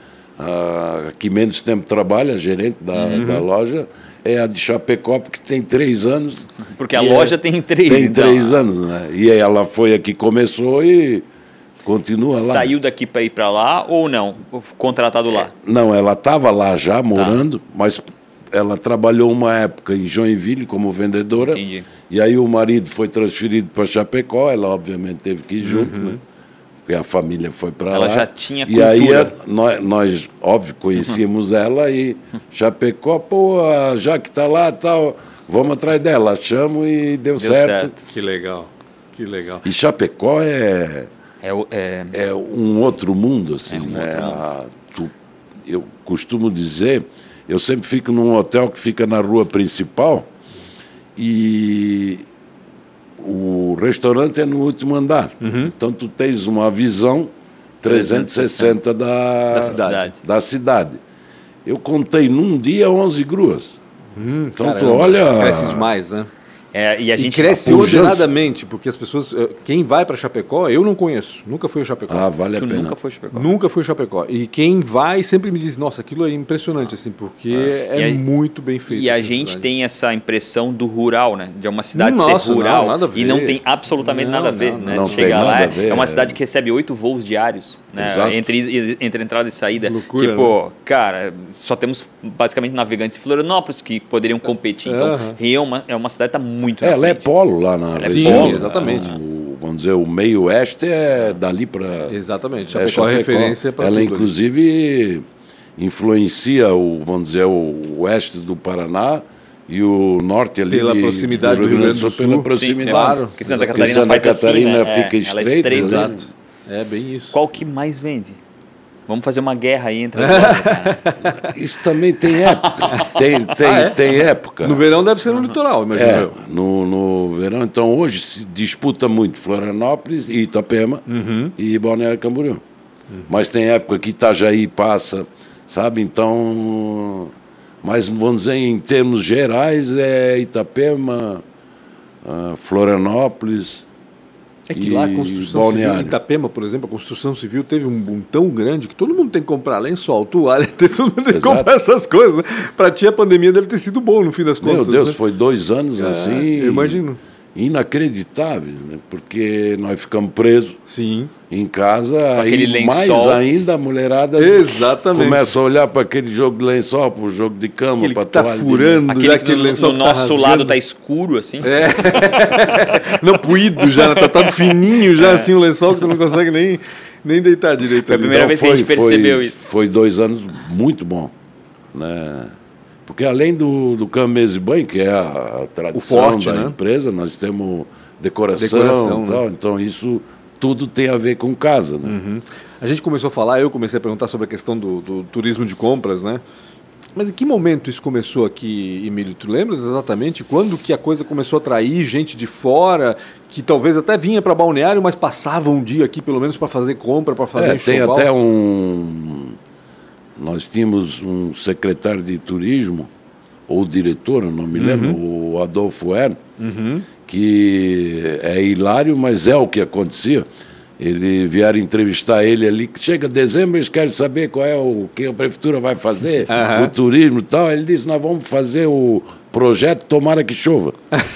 [SPEAKER 3] A que menos tempo trabalha, a gerente da,
[SPEAKER 2] Uhum.
[SPEAKER 3] da loja, é a de Chapecó, porque tem três anos.
[SPEAKER 2] Porque a
[SPEAKER 3] E
[SPEAKER 2] loja
[SPEAKER 3] é-
[SPEAKER 2] tem três,
[SPEAKER 3] Tem
[SPEAKER 2] então.
[SPEAKER 3] três anos, né? E aí ela foi a que começou e continua lá.
[SPEAKER 2] Saiu daqui para ir para lá ou não? Contratado lá?
[SPEAKER 3] Não, ela estava lá já
[SPEAKER 2] Tá.
[SPEAKER 3] morando, mas ela trabalhou uma época em Joinville como vendedora.
[SPEAKER 2] Entendi.
[SPEAKER 3] E aí o marido foi transferido para Chapecó, ela obviamente teve que ir junto, né? Porque a família foi para lá.
[SPEAKER 2] Ela já tinha
[SPEAKER 3] E aí
[SPEAKER 2] cultura.
[SPEAKER 3] a- nós, nós, óbvio, conhecíamos ela e Chapecó, pô, a Jaque está lá tal, vamos atrás dela. Achamos e deu,
[SPEAKER 2] Deu
[SPEAKER 3] certo.
[SPEAKER 2] certo.
[SPEAKER 1] Que legal, que legal.
[SPEAKER 3] E Chapecó é,
[SPEAKER 2] É, o- é,
[SPEAKER 3] é um outro mundo, assim,
[SPEAKER 2] É um
[SPEAKER 3] né?
[SPEAKER 2] outro mundo.
[SPEAKER 3] A- tu- eu costumo dizer, eu sempre fico num hotel que fica na rua principal e o restaurante é no último andar. Uhum. Então, tu tens uma visão trezentos e sessenta da,
[SPEAKER 2] da cidade.
[SPEAKER 3] da cidade. Eu contei num dia onze gruas.
[SPEAKER 1] Hum,
[SPEAKER 3] então,
[SPEAKER 1] caramba,
[SPEAKER 3] tu olha...
[SPEAKER 1] Cresce demais, né?
[SPEAKER 2] É, e a gente
[SPEAKER 1] e cresce ordenadamente, porque as pessoas... Quem vai para Chapecó, eu não conheço. Nunca fui a Chapecó.
[SPEAKER 3] Ah, vale a
[SPEAKER 2] tu
[SPEAKER 3] pena.
[SPEAKER 2] Nunca foi a Chapecó.
[SPEAKER 1] Nunca fui a Chapecó. E quem vai sempre me diz, nossa, aquilo é impressionante, assim, porque ah. é
[SPEAKER 2] a,
[SPEAKER 1] muito bem feito.
[SPEAKER 2] E a gente
[SPEAKER 1] cidade.
[SPEAKER 2] tem essa impressão do rural, né? De uma cidade
[SPEAKER 1] nossa,
[SPEAKER 2] ser rural.
[SPEAKER 1] Não, nada a ver.
[SPEAKER 2] E não tem absolutamente
[SPEAKER 1] não,
[SPEAKER 2] nada a ver,
[SPEAKER 1] não,
[SPEAKER 2] né?
[SPEAKER 3] Não
[SPEAKER 2] Chegar lá,
[SPEAKER 3] é,
[SPEAKER 2] é uma cidade que recebe oito voos diários, né? Entre, entre entrada e saída.
[SPEAKER 1] Loucura,
[SPEAKER 2] tipo,
[SPEAKER 1] né?
[SPEAKER 2] cara, só temos basicamente navegantes em Florianópolis que poderiam competir. Então,
[SPEAKER 1] uhum.
[SPEAKER 2] é uma, é uma cidade que está muito
[SPEAKER 3] é,
[SPEAKER 2] na
[SPEAKER 3] ela é
[SPEAKER 2] frente.
[SPEAKER 3] polo lá na
[SPEAKER 1] Sim,
[SPEAKER 3] região.
[SPEAKER 1] exatamente.
[SPEAKER 3] O, vamos dizer, o meio oeste é dali para...
[SPEAKER 1] Exatamente.
[SPEAKER 3] É,
[SPEAKER 1] Chapecó é referência para
[SPEAKER 3] ela,
[SPEAKER 1] tudo.
[SPEAKER 3] inclusive, ali. influencia o, vamos dizer, o oeste do Paraná e o norte ali.
[SPEAKER 1] Pela
[SPEAKER 3] de,
[SPEAKER 1] proximidade do Rio Grande do Sul.
[SPEAKER 3] Pela proximidade.
[SPEAKER 2] Sim,
[SPEAKER 1] claro.
[SPEAKER 2] Porque Santa
[SPEAKER 3] Porque
[SPEAKER 2] Catarina,
[SPEAKER 3] Santa
[SPEAKER 2] faz
[SPEAKER 3] Catarina
[SPEAKER 2] assim, né?
[SPEAKER 3] fica
[SPEAKER 2] é,
[SPEAKER 3] estreita.
[SPEAKER 2] Ela é estreita.
[SPEAKER 1] Exato. É bem isso.
[SPEAKER 2] Qual que mais vende? Vamos fazer uma guerra aí entre as lojas, cara.
[SPEAKER 3] Isso também tem época. Tem, tem,
[SPEAKER 1] Ah, é?
[SPEAKER 3] tem época.
[SPEAKER 1] No verão deve ser no litoral, imagina
[SPEAKER 3] É,
[SPEAKER 1] eu.
[SPEAKER 3] no, no verão. Então, hoje se disputa muito Florianópolis e Itapema
[SPEAKER 1] Uhum.
[SPEAKER 3] e Balneário Camboriú. Uhum. Mas tem época que Itajaí passa, sabe? Então, mas vamos dizer, em termos gerais, é Itapema, uh, Florianópolis.
[SPEAKER 1] É que lá a construção
[SPEAKER 3] Balneário.
[SPEAKER 1] civil, em Itapema, por exemplo, a construção civil teve um boom tão grande que todo mundo tem que comprar lençol, toalha, todo mundo tem que
[SPEAKER 3] Exato.
[SPEAKER 1] comprar essas coisas. Para ti a pandemia deve ter sido bom no fim das contas.
[SPEAKER 3] Meu Deus,
[SPEAKER 1] né?
[SPEAKER 3] foi dois anos
[SPEAKER 1] É,
[SPEAKER 3] assim.
[SPEAKER 1] eu imagino.
[SPEAKER 3] Inacreditáveis, né? Porque nós ficamos presos
[SPEAKER 1] Sim.
[SPEAKER 3] em casa,
[SPEAKER 2] aquele
[SPEAKER 3] aí mais
[SPEAKER 2] lençol.
[SPEAKER 3] ainda a mulherada
[SPEAKER 1] Exatamente.
[SPEAKER 3] começa a olhar para aquele jogo de lençol, para o jogo de cama,
[SPEAKER 1] Aquele
[SPEAKER 3] para
[SPEAKER 1] que tá
[SPEAKER 3] toalha.
[SPEAKER 1] furando.
[SPEAKER 2] Aquele
[SPEAKER 1] Já
[SPEAKER 2] que
[SPEAKER 1] aquele
[SPEAKER 2] no,
[SPEAKER 1] lençol
[SPEAKER 2] no
[SPEAKER 1] que tá
[SPEAKER 2] nosso
[SPEAKER 1] rasgando.
[SPEAKER 2] lado tá escuro, assim.
[SPEAKER 1] É. Não, puído já, tá todo fininho já, é. assim, o lençol que tu não consegue nem, nem deitar direito.
[SPEAKER 2] Foi a primeira vez que a gente percebeu
[SPEAKER 3] foi,
[SPEAKER 2] isso.
[SPEAKER 3] Foi dois anos muito bom, né? Porque além do, do cama, mesa e banho, que é a, a tradição
[SPEAKER 1] forte,
[SPEAKER 3] da
[SPEAKER 1] né?
[SPEAKER 3] empresa, nós temos decoração,
[SPEAKER 1] Decoração,
[SPEAKER 3] e tal,
[SPEAKER 1] né?
[SPEAKER 3] Então isso tudo tem a ver com casa, né?
[SPEAKER 1] Uhum. A gente começou a falar, eu comecei a perguntar sobre a questão do, do turismo de compras, né? Mas em que momento isso começou aqui, Emílio? Tu lembras exatamente quando que a coisa começou a atrair gente de fora, que talvez até vinha para Balneário, mas passava um dia aqui pelo menos para fazer compra, para fazer
[SPEAKER 3] É, tem
[SPEAKER 1] enxoval?
[SPEAKER 3] até um... Nós tínhamos um secretário de turismo, ou diretor, eu não me lembro, uhum. o Adolfo Herr, uhum. que é hilário, mas é o que acontecia. Ele vieram entrevistar ele ali, chega dezembro, eles querem saber qual é o que a prefeitura vai fazer, uhum. o turismo e tal. Ele disse, nós vamos fazer o projeto Tomara que Chova.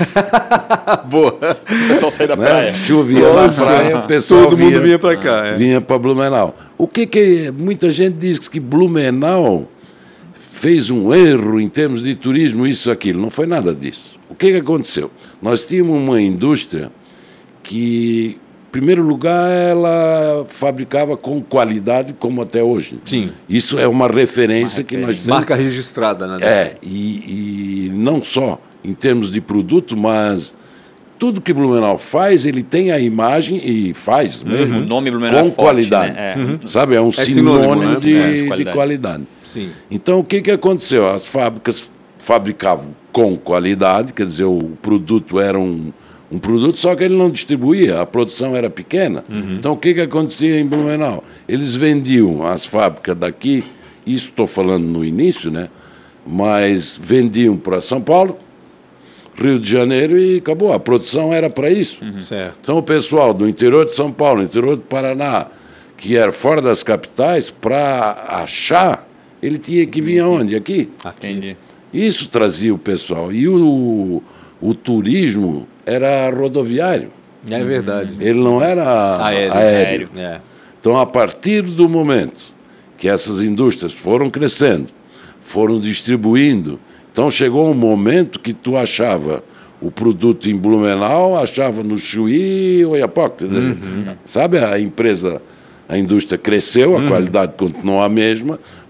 [SPEAKER 1] Boa.
[SPEAKER 2] O pessoal sai da
[SPEAKER 3] né?
[SPEAKER 2] praia.
[SPEAKER 3] Chovia na praia, o pessoal
[SPEAKER 1] Todo
[SPEAKER 3] vinha,
[SPEAKER 1] mundo vinha para cá. É.
[SPEAKER 3] Vinha para Blumenau. O que que... Muita gente diz que Blumenau fez um erro em termos de turismo, isso, aquilo. Não foi nada disso. O que que aconteceu? Nós tínhamos uma indústria que... Em primeiro lugar, ela fabricava com qualidade, como até hoje.
[SPEAKER 1] Sim.
[SPEAKER 3] Isso é uma referência, uma referência. que nós temos.
[SPEAKER 1] Marca registrada, né?
[SPEAKER 3] É, e, e não só em termos de produto, mas tudo que Blumenau faz, ele tem a imagem e faz mesmo.
[SPEAKER 2] Uhum. O nome Blumenau
[SPEAKER 3] com
[SPEAKER 2] é forte,
[SPEAKER 3] qualidade.
[SPEAKER 2] Né? É.
[SPEAKER 3] Uhum. Sabe? É um
[SPEAKER 1] é
[SPEAKER 3] sinônimo,
[SPEAKER 1] sinônimo né?
[SPEAKER 3] de,
[SPEAKER 1] é,
[SPEAKER 3] de, qualidade. de qualidade.
[SPEAKER 1] Sim.
[SPEAKER 3] Então, o que, que aconteceu? As fábricas fabricavam com qualidade, quer dizer, o produto era um. Um produto, só que ele não distribuía, a produção era pequena. Uhum. Então, o que, que acontecia em Blumenau? Eles vendiam as fábricas daqui, isso estou falando no início, né? Mas vendiam para São Paulo, Rio de Janeiro e acabou. A produção era para isso.
[SPEAKER 1] Uhum. Certo.
[SPEAKER 3] Então, o pessoal do interior de São Paulo, interior do Paraná, que era fora das capitais, para achar, ele tinha que vir aonde? Aqui.
[SPEAKER 1] Aqui.
[SPEAKER 2] Entendi.
[SPEAKER 3] Isso trazia o pessoal. E o, o turismo... era rodoviário.
[SPEAKER 1] É verdade.
[SPEAKER 3] Ele não era
[SPEAKER 1] aéreo.
[SPEAKER 3] aéreo.
[SPEAKER 1] É.
[SPEAKER 3] Então, a partir do momento que essas indústrias foram crescendo, foram distribuindo, então chegou um momento que tu achava o produto em Blumenau, achava no Chuí ou Oiapoque. Uhum. Sabe, a empresa, a indústria cresceu, a uhum. qualidade continuou a mesma,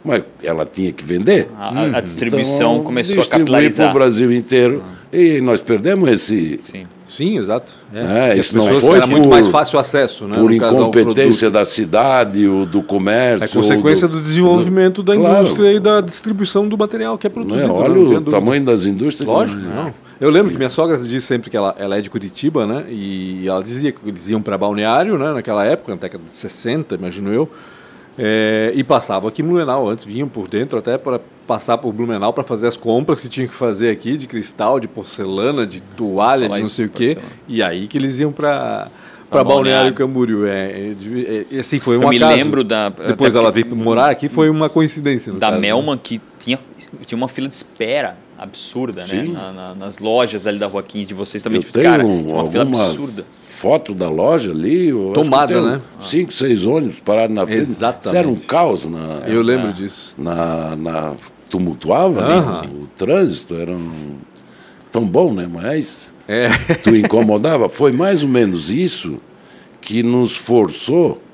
[SPEAKER 3] Mas ela tinha que vender.
[SPEAKER 2] A, a distribuição
[SPEAKER 3] então,
[SPEAKER 2] começou a capitalizar.
[SPEAKER 3] para o Brasil inteiro. E nós perdemos esse...
[SPEAKER 2] Sim.
[SPEAKER 1] Sim, exato.
[SPEAKER 3] É,
[SPEAKER 1] é,
[SPEAKER 3] isso não
[SPEAKER 1] pessoas,
[SPEAKER 3] foi
[SPEAKER 1] era
[SPEAKER 3] por,
[SPEAKER 1] muito mais fácil o acesso, né?
[SPEAKER 3] Por
[SPEAKER 1] no caso,
[SPEAKER 3] incompetência da cidade, ou do comércio.
[SPEAKER 1] É consequência
[SPEAKER 3] do,
[SPEAKER 1] do desenvolvimento da
[SPEAKER 3] claro.
[SPEAKER 1] indústria e da distribuição do material que é produzido.
[SPEAKER 3] Não é? Olha
[SPEAKER 1] não,
[SPEAKER 3] o tamanho das indústrias.
[SPEAKER 1] Lógico,
[SPEAKER 3] que...
[SPEAKER 1] não. Eu lembro que minha sogra diz sempre que ela, ela é de Curitiba, né? E ela dizia que eles iam para Balneário, né? Naquela época, na década de sessenta, imagino eu. É, e passavam aqui em Blumenau antes, vinham por dentro até para passar por Blumenau para fazer as compras que tinham que fazer aqui de cristal, de porcelana, de toalha, de não sei o quê. E aí que eles iam para para Balneário Camboriú. É, é, é, assim, foi um
[SPEAKER 2] Eu me
[SPEAKER 1] acaso.
[SPEAKER 2] lembro da...
[SPEAKER 1] Depois ela veio morar aqui, foi uma coincidência.
[SPEAKER 2] Da
[SPEAKER 1] caso,
[SPEAKER 2] Melman,
[SPEAKER 1] né?
[SPEAKER 2] que tinha, tinha uma fila de espera absurda,
[SPEAKER 3] Sim.
[SPEAKER 2] né? Na, na, nas lojas ali da Rua quinze de vocês também.
[SPEAKER 3] Eu
[SPEAKER 2] Tipo,
[SPEAKER 3] tenho
[SPEAKER 2] cara, tinha uma fila
[SPEAKER 3] alguma
[SPEAKER 2] absurda.
[SPEAKER 3] foto da loja ali. Eu
[SPEAKER 1] Tomada,
[SPEAKER 3] acho que tem
[SPEAKER 1] né?
[SPEAKER 3] Cinco, seis ônibus parados na frente.
[SPEAKER 1] Exatamente.
[SPEAKER 3] Isso era um caos. Na,
[SPEAKER 1] Eu lembro disso.
[SPEAKER 3] Na, na, tumultuava
[SPEAKER 1] Aham.
[SPEAKER 3] o trânsito. Era um, tão bom, né? Mas
[SPEAKER 1] É.
[SPEAKER 3] tu incomodava. Foi mais ou menos isso que nos forçou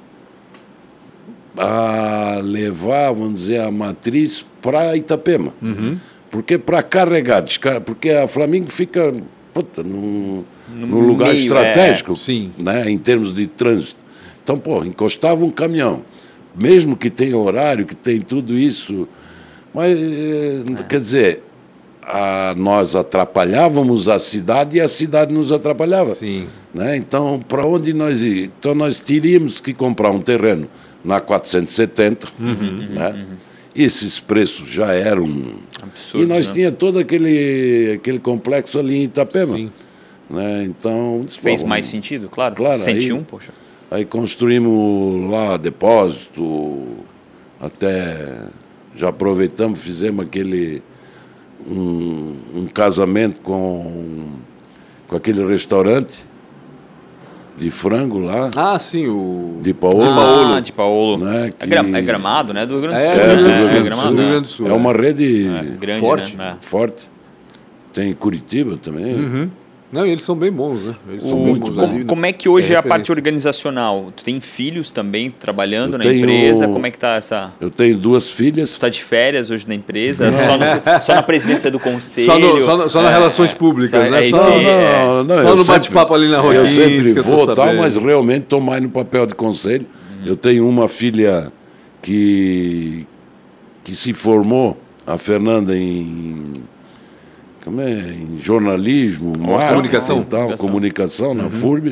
[SPEAKER 3] a levar, vamos dizer, a matriz para Itapema.
[SPEAKER 1] Uhum.
[SPEAKER 3] Porque para carregar, descar... porque a Flamengo fica puta, num,
[SPEAKER 2] No
[SPEAKER 3] num lugar
[SPEAKER 2] meio,
[SPEAKER 3] estratégico,
[SPEAKER 1] é. Sim.
[SPEAKER 3] né, em termos de trânsito. Então, pô, encostava um caminhão, mesmo que tenha horário, que tem tudo isso, mas, eh,
[SPEAKER 2] É.
[SPEAKER 3] quer dizer, a, nós atrapalhávamos a cidade e a cidade nos atrapalhava.
[SPEAKER 1] Sim.
[SPEAKER 3] Né? Então, para onde nós ir? Então, nós teríamos que comprar um terreno na quatrocentos e setenta, né? Uhum. Esses preços já eram...
[SPEAKER 2] Absurdo,
[SPEAKER 3] e nós
[SPEAKER 2] né?
[SPEAKER 3] tinha todo aquele, aquele complexo ali em Itapema.
[SPEAKER 1] Sim.
[SPEAKER 3] Né? Então...
[SPEAKER 2] Fez
[SPEAKER 3] bom,
[SPEAKER 2] mais sentido, claro.
[SPEAKER 3] Claro,
[SPEAKER 2] cento e um,
[SPEAKER 3] aí-
[SPEAKER 2] poxa.
[SPEAKER 3] Aí construímos lá depósito, até já aproveitamos, fizemos aquele... Um, um casamento com, com aquele restaurante de frango lá,
[SPEAKER 1] Ah, sim, o...
[SPEAKER 3] de Paolo.
[SPEAKER 2] Ah, de Paolo.
[SPEAKER 3] Né,
[SPEAKER 2] É, gra-
[SPEAKER 3] que-
[SPEAKER 2] é Gramado, né? Do Rio Grande do
[SPEAKER 1] É,
[SPEAKER 2] Sul.
[SPEAKER 1] do
[SPEAKER 2] né?
[SPEAKER 1] Rio Grande do
[SPEAKER 2] É,
[SPEAKER 1] Sul,
[SPEAKER 2] Gramado,
[SPEAKER 1] do Rio
[SPEAKER 2] né?
[SPEAKER 1] Grande do Sul.
[SPEAKER 3] É uma rede
[SPEAKER 2] É, grande,
[SPEAKER 1] forte.
[SPEAKER 2] né? É.
[SPEAKER 3] forte. Tem Curitiba também.
[SPEAKER 1] Uhum. Não, e eles são bem bons, né? Eles são
[SPEAKER 2] O-
[SPEAKER 1] bem bons
[SPEAKER 2] como,
[SPEAKER 1] ali, né?
[SPEAKER 2] como é que hoje é, a parte
[SPEAKER 1] referência.
[SPEAKER 2] organizacional? Tu tem filhos também trabalhando
[SPEAKER 3] Eu
[SPEAKER 2] na
[SPEAKER 3] tenho-
[SPEAKER 2] empresa? Como é que tá essa...
[SPEAKER 3] Eu tenho duas filhas.
[SPEAKER 2] Tu tá de férias hoje na empresa? Só, no- só na presidência do conselho?
[SPEAKER 1] Só, no, só, no, só nas
[SPEAKER 2] É,
[SPEAKER 1] relações públicas,
[SPEAKER 2] só-
[SPEAKER 1] né?
[SPEAKER 2] é,
[SPEAKER 1] Só,
[SPEAKER 2] é,
[SPEAKER 3] Não, não,
[SPEAKER 1] só
[SPEAKER 3] eu
[SPEAKER 1] no
[SPEAKER 3] sempre-
[SPEAKER 1] bate-papo ali na rua
[SPEAKER 3] Eu
[SPEAKER 1] quinze,
[SPEAKER 3] sempre
[SPEAKER 1] que eu tô
[SPEAKER 3] vou, tal,
[SPEAKER 1] sabendo.
[SPEAKER 3] mas realmente estou mais no papel de conselho. Eu tenho uma filha que, que se formou, a Fernanda, em, como é, em jornalismo, marketing
[SPEAKER 1] comunicação.
[SPEAKER 3] e tal,
[SPEAKER 2] Comunicação.
[SPEAKER 3] comunicação na F U R B.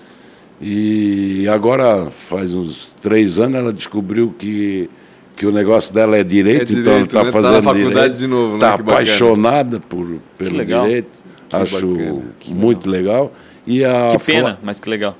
[SPEAKER 3] E agora, faz uns três anos, ela descobriu que, que o negócio dela é direito,
[SPEAKER 1] É
[SPEAKER 3] então ela
[SPEAKER 1] direito,
[SPEAKER 3] está
[SPEAKER 1] né? Tá
[SPEAKER 3] fazendo
[SPEAKER 1] na faculdade
[SPEAKER 3] direito.
[SPEAKER 1] de novo, né?
[SPEAKER 3] Está
[SPEAKER 1] Que bacana.
[SPEAKER 3] apaixonada por, pelo
[SPEAKER 2] legal.
[SPEAKER 3] direito. Acho
[SPEAKER 1] bacana,
[SPEAKER 3] muito legal. E a
[SPEAKER 2] Que
[SPEAKER 3] Fla-
[SPEAKER 2] pena, mas que legal.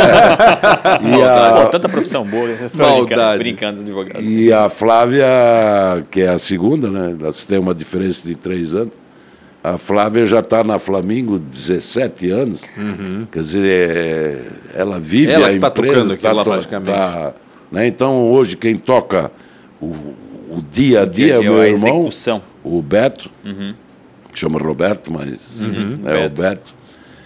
[SPEAKER 3] E a,
[SPEAKER 2] Pô, tanta profissão boa. né? Tô
[SPEAKER 1] Maldade.
[SPEAKER 2] brincando, brincando, os advogados.
[SPEAKER 3] e a Flávia, que é a segunda, né? Elas têm uma diferença de três anos. A Flávia já está na Flamengo dezessete anos. Quer dizer, é- ela vive
[SPEAKER 1] Ela
[SPEAKER 3] a
[SPEAKER 1] que tá
[SPEAKER 3] empresa.
[SPEAKER 1] tocando aquilo lá
[SPEAKER 3] to-
[SPEAKER 1] praticamente.
[SPEAKER 3] tá, né? Então, hoje, quem toca o, o dia a dia é
[SPEAKER 2] Dia a
[SPEAKER 3] meu
[SPEAKER 2] dia, a
[SPEAKER 3] irmão,
[SPEAKER 2] execução.
[SPEAKER 3] o Beto. Chama Roberto, mas é
[SPEAKER 2] Beto.
[SPEAKER 3] o Beto.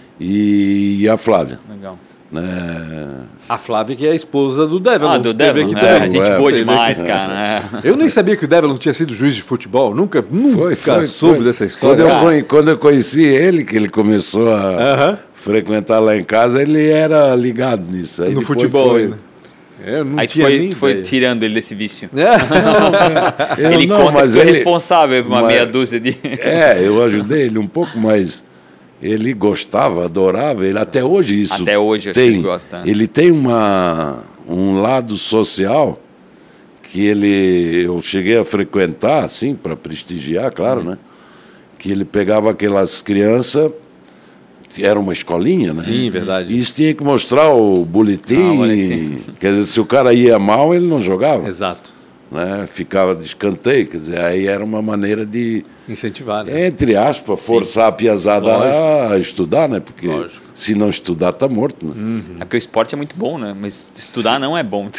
[SPEAKER 3] E a Flávia.
[SPEAKER 2] Legal.
[SPEAKER 3] Né?
[SPEAKER 1] A Flávia, que é a esposa do Devil.
[SPEAKER 2] Ah, do
[SPEAKER 1] Teve
[SPEAKER 2] Devil.
[SPEAKER 1] aqui
[SPEAKER 2] É,
[SPEAKER 1] Devil.
[SPEAKER 2] gente
[SPEAKER 3] é,
[SPEAKER 2] boa
[SPEAKER 1] teve
[SPEAKER 2] demais,
[SPEAKER 1] aqui.
[SPEAKER 2] cara. É.
[SPEAKER 1] Eu nem sabia que o Devil não tinha sido juiz de futebol. Nunca, nunca
[SPEAKER 3] Foi, foi,
[SPEAKER 1] soube
[SPEAKER 3] foi.
[SPEAKER 1] dessa
[SPEAKER 3] Quando
[SPEAKER 1] história.
[SPEAKER 3] eu,
[SPEAKER 2] Cara.
[SPEAKER 3] conhe- quando eu conheci ele, que ele começou a
[SPEAKER 1] Aham.
[SPEAKER 3] frequentar lá em casa, ele era ligado nisso. Aí
[SPEAKER 1] No
[SPEAKER 3] depois
[SPEAKER 1] futebol
[SPEAKER 3] foi.
[SPEAKER 1] ainda. Eu não
[SPEAKER 2] Aí tu
[SPEAKER 1] tinha
[SPEAKER 2] foi,
[SPEAKER 1] nem
[SPEAKER 2] tu foi
[SPEAKER 1] ideia.
[SPEAKER 2] tirando ele desse vício.
[SPEAKER 1] É.
[SPEAKER 3] Eu
[SPEAKER 2] ele
[SPEAKER 3] não,
[SPEAKER 2] conta
[SPEAKER 3] mas
[SPEAKER 2] que tu é
[SPEAKER 3] ele-
[SPEAKER 2] responsável por uma
[SPEAKER 3] mas-
[SPEAKER 2] meia dúzia de...
[SPEAKER 3] É, eu ajudei ele um pouco, mas ele gostava, adorava. Ele até hoje isso.
[SPEAKER 2] Até hoje, acho que
[SPEAKER 3] tem,
[SPEAKER 2] ele gosta, né?
[SPEAKER 3] Ele tem uma, um lado social que ele eu cheguei a frequentar, assim, para prestigiar, claro, né? Que ele pegava aquelas crianças, era uma escolinha, né?
[SPEAKER 1] Sim, verdade.
[SPEAKER 3] E isso tinha que mostrar o boletim.
[SPEAKER 2] Ah, o boletim.
[SPEAKER 3] Quer dizer, se o cara ia mal, ele não jogava.
[SPEAKER 1] Exato.
[SPEAKER 3] Né? Ficava de escanteio. Quer dizer, aí era uma maneira de,
[SPEAKER 1] Incentivar, né?
[SPEAKER 3] entre aspas, forçar a piazada a estudar, né? Porque
[SPEAKER 1] Lógico.
[SPEAKER 3] se não estudar, tá morto, né?
[SPEAKER 2] É porque o esporte é muito bom, né? Mas estudar não é bom.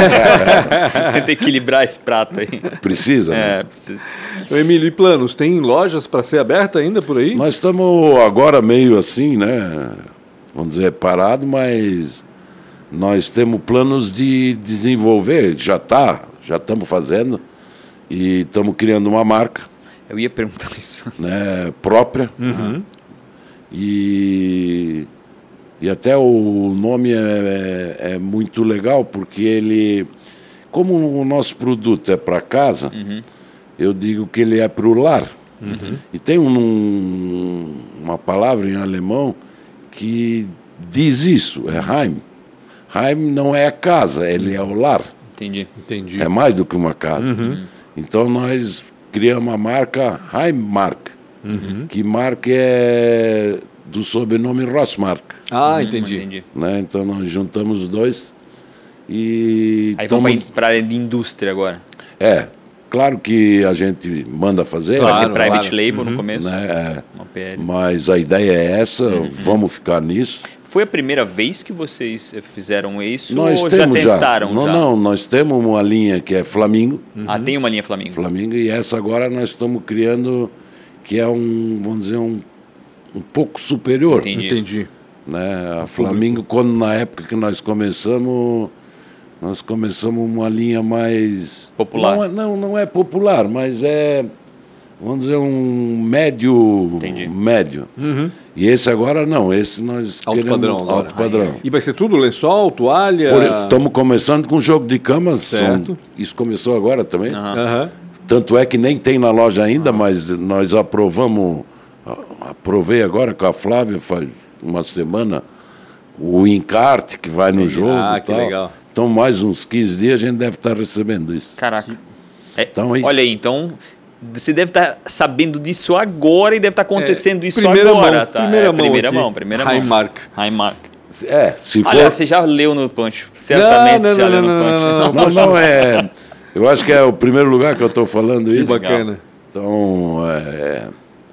[SPEAKER 2] Tenta equilibrar esse prato aí.
[SPEAKER 3] Precisa, né?
[SPEAKER 2] É, precisa.
[SPEAKER 1] Ô, Emílio, e planos? Tem lojas para ser aberta ainda por aí?
[SPEAKER 3] Nós estamos agora meio assim, né? Vamos dizer, parado, mas nós temos planos de desenvolver, já está, já estamos fazendo. E estamos criando uma marca.
[SPEAKER 2] Eu ia perguntar isso.
[SPEAKER 3] Né, própria.
[SPEAKER 1] Uhum.
[SPEAKER 3] E, e até o nome é, é, é muito legal, porque ele, como o nosso produto é para casa, uhum. eu digo que ele é para o lar. Uhum. E tem um, uma palavra em alemão que diz isso, é Heim. Heim não é a casa, ele é o lar.
[SPEAKER 2] Entendi.
[SPEAKER 1] Entendi.
[SPEAKER 3] É mais do que uma casa.
[SPEAKER 1] Uhum.
[SPEAKER 3] Então nós criamos a marca Heimmark, uhum. que marca é do sobrenome Rossmark.
[SPEAKER 1] Ah,
[SPEAKER 2] Uhum,
[SPEAKER 1] entendi.
[SPEAKER 3] entendi. Né? Então nós juntamos os dois e...
[SPEAKER 2] Aí vamos tamo... para a área de indústria agora.
[SPEAKER 3] É, claro que a gente manda fazer.
[SPEAKER 2] Claro, vai ser
[SPEAKER 3] claro.
[SPEAKER 2] private label uhum. no começo.
[SPEAKER 3] Né? É.
[SPEAKER 2] Uma P L.
[SPEAKER 3] Mas a ideia é essa, uhum. vamos ficar nisso.
[SPEAKER 2] Foi a primeira vez que vocês fizeram isso
[SPEAKER 3] nós
[SPEAKER 2] ou
[SPEAKER 3] temos
[SPEAKER 2] já testaram?
[SPEAKER 3] Já. Não,
[SPEAKER 2] já?
[SPEAKER 3] não, nós temos uma linha que é Flamingo.
[SPEAKER 2] Uhum. Ah, tem uma linha Flamingo.
[SPEAKER 3] Flamingo, e essa agora nós estamos criando, que é um, vamos dizer, um, um pouco superior.
[SPEAKER 1] Entendi. Entendi.
[SPEAKER 3] Né? A Flamingo, quando na época que nós começamos, nós começamos uma linha mais...
[SPEAKER 2] Popular.
[SPEAKER 3] Não, não, não é popular, mas é... Vamos dizer, um médio.
[SPEAKER 2] Entendi.
[SPEAKER 3] Médio.
[SPEAKER 1] Uhum.
[SPEAKER 3] E esse agora não, esse nós
[SPEAKER 1] alto
[SPEAKER 3] queremos
[SPEAKER 1] padrão,
[SPEAKER 3] alto
[SPEAKER 1] agora.
[SPEAKER 3] padrão.
[SPEAKER 1] E vai ser tudo lençol, toalha?
[SPEAKER 3] Estamos começando com jogo de cama.
[SPEAKER 1] Certo.
[SPEAKER 3] São, isso começou agora também.
[SPEAKER 2] Uhum.
[SPEAKER 1] Uhum.
[SPEAKER 3] Tanto é que nem tem na loja ainda, uhum. mas nós aprovamos, aprovei agora com a Flávia, faz uma semana, o encarte que vai no jogo.
[SPEAKER 1] Ah,
[SPEAKER 3] e
[SPEAKER 1] que
[SPEAKER 3] tal.
[SPEAKER 1] legal.
[SPEAKER 3] Então, mais uns quinze dias a gente deve estar recebendo isso.
[SPEAKER 2] Caraca. É,
[SPEAKER 3] então, é isso.
[SPEAKER 2] Olha aí, então... Você deve estar sabendo disso agora e deve estar acontecendo é, isso
[SPEAKER 1] primeira
[SPEAKER 2] agora.
[SPEAKER 1] Mão,
[SPEAKER 2] tá?
[SPEAKER 1] Primeira,
[SPEAKER 2] é,
[SPEAKER 1] mão
[SPEAKER 2] primeira
[SPEAKER 1] aqui.
[SPEAKER 2] mão, primeira mão.
[SPEAKER 1] Heimmark.
[SPEAKER 2] Heimmark.
[SPEAKER 3] É, se for...
[SPEAKER 2] Aliás, você já leu no Pancho. Certamente
[SPEAKER 1] não, não,
[SPEAKER 2] você já
[SPEAKER 1] não,
[SPEAKER 2] leu
[SPEAKER 1] não,
[SPEAKER 2] no Pancho.
[SPEAKER 1] Não,
[SPEAKER 3] não, não, não é... Eu acho que é o primeiro lugar que eu estou falando
[SPEAKER 1] que
[SPEAKER 3] isso.
[SPEAKER 1] Que bacana.
[SPEAKER 3] Então, é,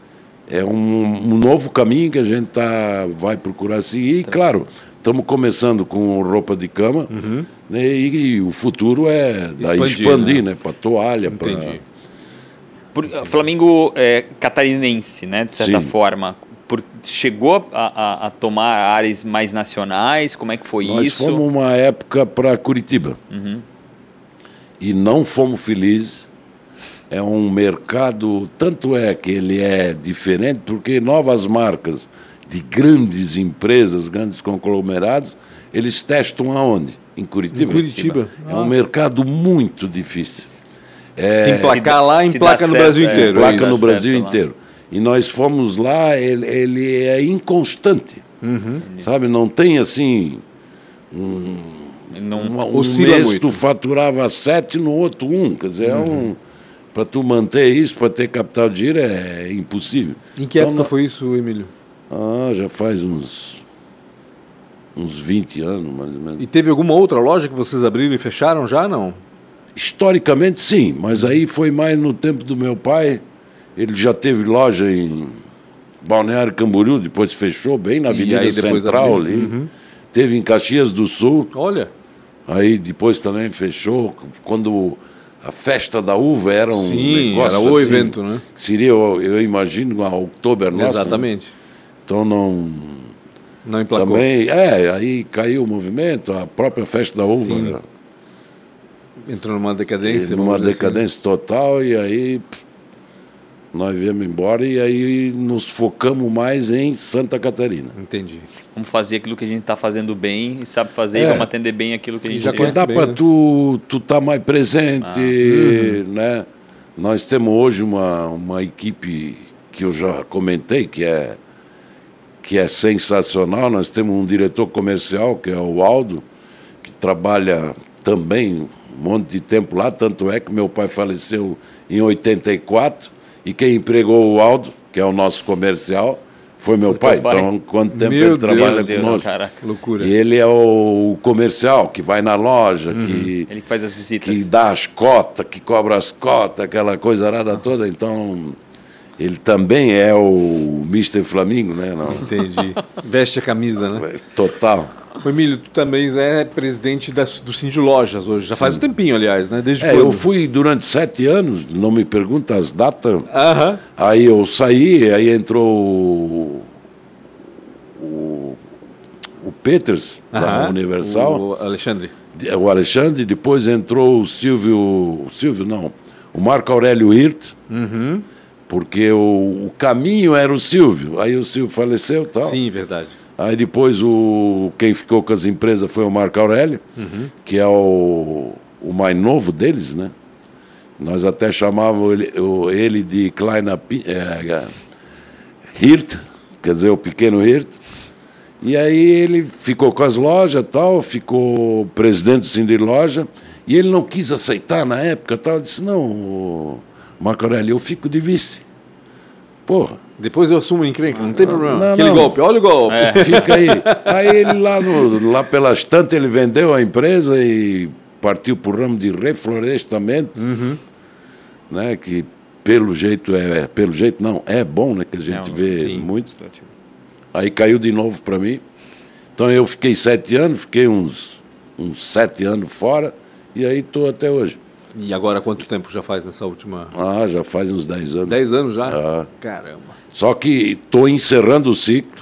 [SPEAKER 3] é um, um novo caminho que a gente tá, vai procurar seguir. E, claro, estamos começando com roupa de cama. Uhum. Né, e, e o futuro é daí expandir, expandir né? né? Para toalha, para...
[SPEAKER 2] Flamengo é catarinense, né, de certa Sim. forma, por, chegou a, a, a tomar áreas mais nacionais? Como é que foi
[SPEAKER 3] Nós
[SPEAKER 2] isso?
[SPEAKER 3] Nós fomos uma época para Curitiba
[SPEAKER 2] uhum.
[SPEAKER 3] e não fomos felizes. É um mercado, tanto é que ele é diferente, porque novas marcas de grandes empresas, grandes conglomerados, eles testam aonde? Em Curitiba.
[SPEAKER 1] Em Curitiba.
[SPEAKER 3] É ah. um mercado muito difícil.
[SPEAKER 1] É, se emplacar lá, emplaca no certo, Brasil
[SPEAKER 3] é,
[SPEAKER 1] inteiro.
[SPEAKER 3] Emplaca no Brasil
[SPEAKER 2] certo,
[SPEAKER 3] inteiro. Lá. E nós fomos lá, ele, ele é inconstante.
[SPEAKER 1] Uhum.
[SPEAKER 3] Sabe, não tem assim... Um,
[SPEAKER 2] não,
[SPEAKER 3] um, um mês muito. Tu faturava sete, no outro um. Quer dizer, uhum. é um... Para tu manter isso, para ter capital de giro, é impossível.
[SPEAKER 1] Em que então, época foi isso, Emílio?
[SPEAKER 3] Ah, já faz uns... uns vinte anos, mais ou menos.
[SPEAKER 1] E teve alguma outra loja que vocês abriram e fecharam já, não?
[SPEAKER 3] Historicamente, sim, mas aí foi mais no tempo do meu pai. Ele já teve loja em Balneário Camboriú, depois fechou bem na Avenida Central ali. Uhum. Teve em Caxias do Sul.
[SPEAKER 1] Olha.
[SPEAKER 3] Aí depois também fechou. Quando a festa da uva era um
[SPEAKER 1] sim,
[SPEAKER 3] negócio
[SPEAKER 1] era o
[SPEAKER 3] assim,
[SPEAKER 1] evento, né?
[SPEAKER 3] Seria, eu, eu imagino, a Oktoberfest.
[SPEAKER 1] Exatamente.
[SPEAKER 3] Né? Então não...
[SPEAKER 1] Não emplacou.
[SPEAKER 3] Também, é, aí caiu o movimento, a própria festa da uva... Sim.
[SPEAKER 1] Entrou numa decadência.
[SPEAKER 3] Numa decadência assim. total, e aí pff, nós viemos embora e aí nos focamos mais em Santa Catarina.
[SPEAKER 1] Entendi.
[SPEAKER 2] Vamos fazer aquilo que a gente está fazendo bem e sabe fazer, é. e vamos atender bem aquilo que a gente
[SPEAKER 3] já dá para né? tu tu tá mais presente, ah. uhum. né? Nós temos hoje uma, uma equipe que eu já comentei, que é, que é sensacional. Nós temos um diretor comercial, que é o Aldo, que trabalha também um monte de tempo lá, tanto é que meu pai faleceu em oitenta e quatro e quem empregou o Aldo, que é o nosso comercial, foi meu foi pai. pai. Então, quanto tempo meu ele Deus trabalha Deus, conosco?
[SPEAKER 2] Caraca.
[SPEAKER 1] Loucura.
[SPEAKER 3] E ele é o comercial, que vai na loja, uhum. que...
[SPEAKER 2] Ele que faz as visitas.
[SPEAKER 3] Que dá as cotas, que cobra as cotas, aquela coisa arada toda. Então, ele também é o mister Flamingo, né? Não.
[SPEAKER 1] Entendi. Veste a camisa, né?
[SPEAKER 3] Total.
[SPEAKER 1] Ô Emílio, tu também é presidente da, do Cindy Lojas hoje. Já Sim. faz um tempinho, aliás, né? Desde
[SPEAKER 3] é,
[SPEAKER 1] quando?
[SPEAKER 3] Eu fui durante sete anos, não me pergunta as datas.
[SPEAKER 1] Uh-huh.
[SPEAKER 3] Aí eu saí, aí entrou o, o, o Peters, uh-huh. da Universal.
[SPEAKER 1] O Alexandre.
[SPEAKER 3] O Alexandre, depois entrou o Silvio... O Silvio, não. O o Marco Aurélio Hirt,
[SPEAKER 1] Uhum.
[SPEAKER 3] porque o, o caminho era o Silvio. Aí o Silvio faleceu e tal.
[SPEAKER 1] Sim, verdade.
[SPEAKER 3] Aí depois o, quem ficou com as empresas foi o Marco Aurélio,
[SPEAKER 1] Uhum.
[SPEAKER 3] que é o, o mais novo deles, né? Nós até chamávamos ele, o, ele de Kleiner é, Hirt, quer dizer, o pequeno Hirt. E aí ele ficou com as lojas tal, ficou presidente do Sindicato de Loja, e ele não quis aceitar na época tal. Eu disse, não, Marco Aurélio, eu fico de vice. Porra.
[SPEAKER 1] Depois eu assumo encrenca, não tem problema.
[SPEAKER 3] Não,
[SPEAKER 1] Aquele
[SPEAKER 3] não.
[SPEAKER 1] golpe, olha o golpe.
[SPEAKER 2] É.
[SPEAKER 3] Fica aí. Aí ele lá, no, lá pelas tantas, ele vendeu a empresa e partiu para o ramo de reflorestamento,
[SPEAKER 1] Uhum.
[SPEAKER 3] né, que pelo jeito, é, pelo jeito não, é bom, né, que a gente
[SPEAKER 2] Não,
[SPEAKER 3] vê
[SPEAKER 1] sim.
[SPEAKER 3] muito. Aí caiu de novo para mim. Então eu fiquei sete anos, fiquei uns, uns sete anos fora, e aí estou até hoje.
[SPEAKER 1] E agora quanto tempo já faz nessa última...
[SPEAKER 3] Ah, já faz uns dez anos.
[SPEAKER 1] Dez anos já?
[SPEAKER 3] Ah.
[SPEAKER 1] Caramba.
[SPEAKER 3] Só que estou encerrando o ciclo.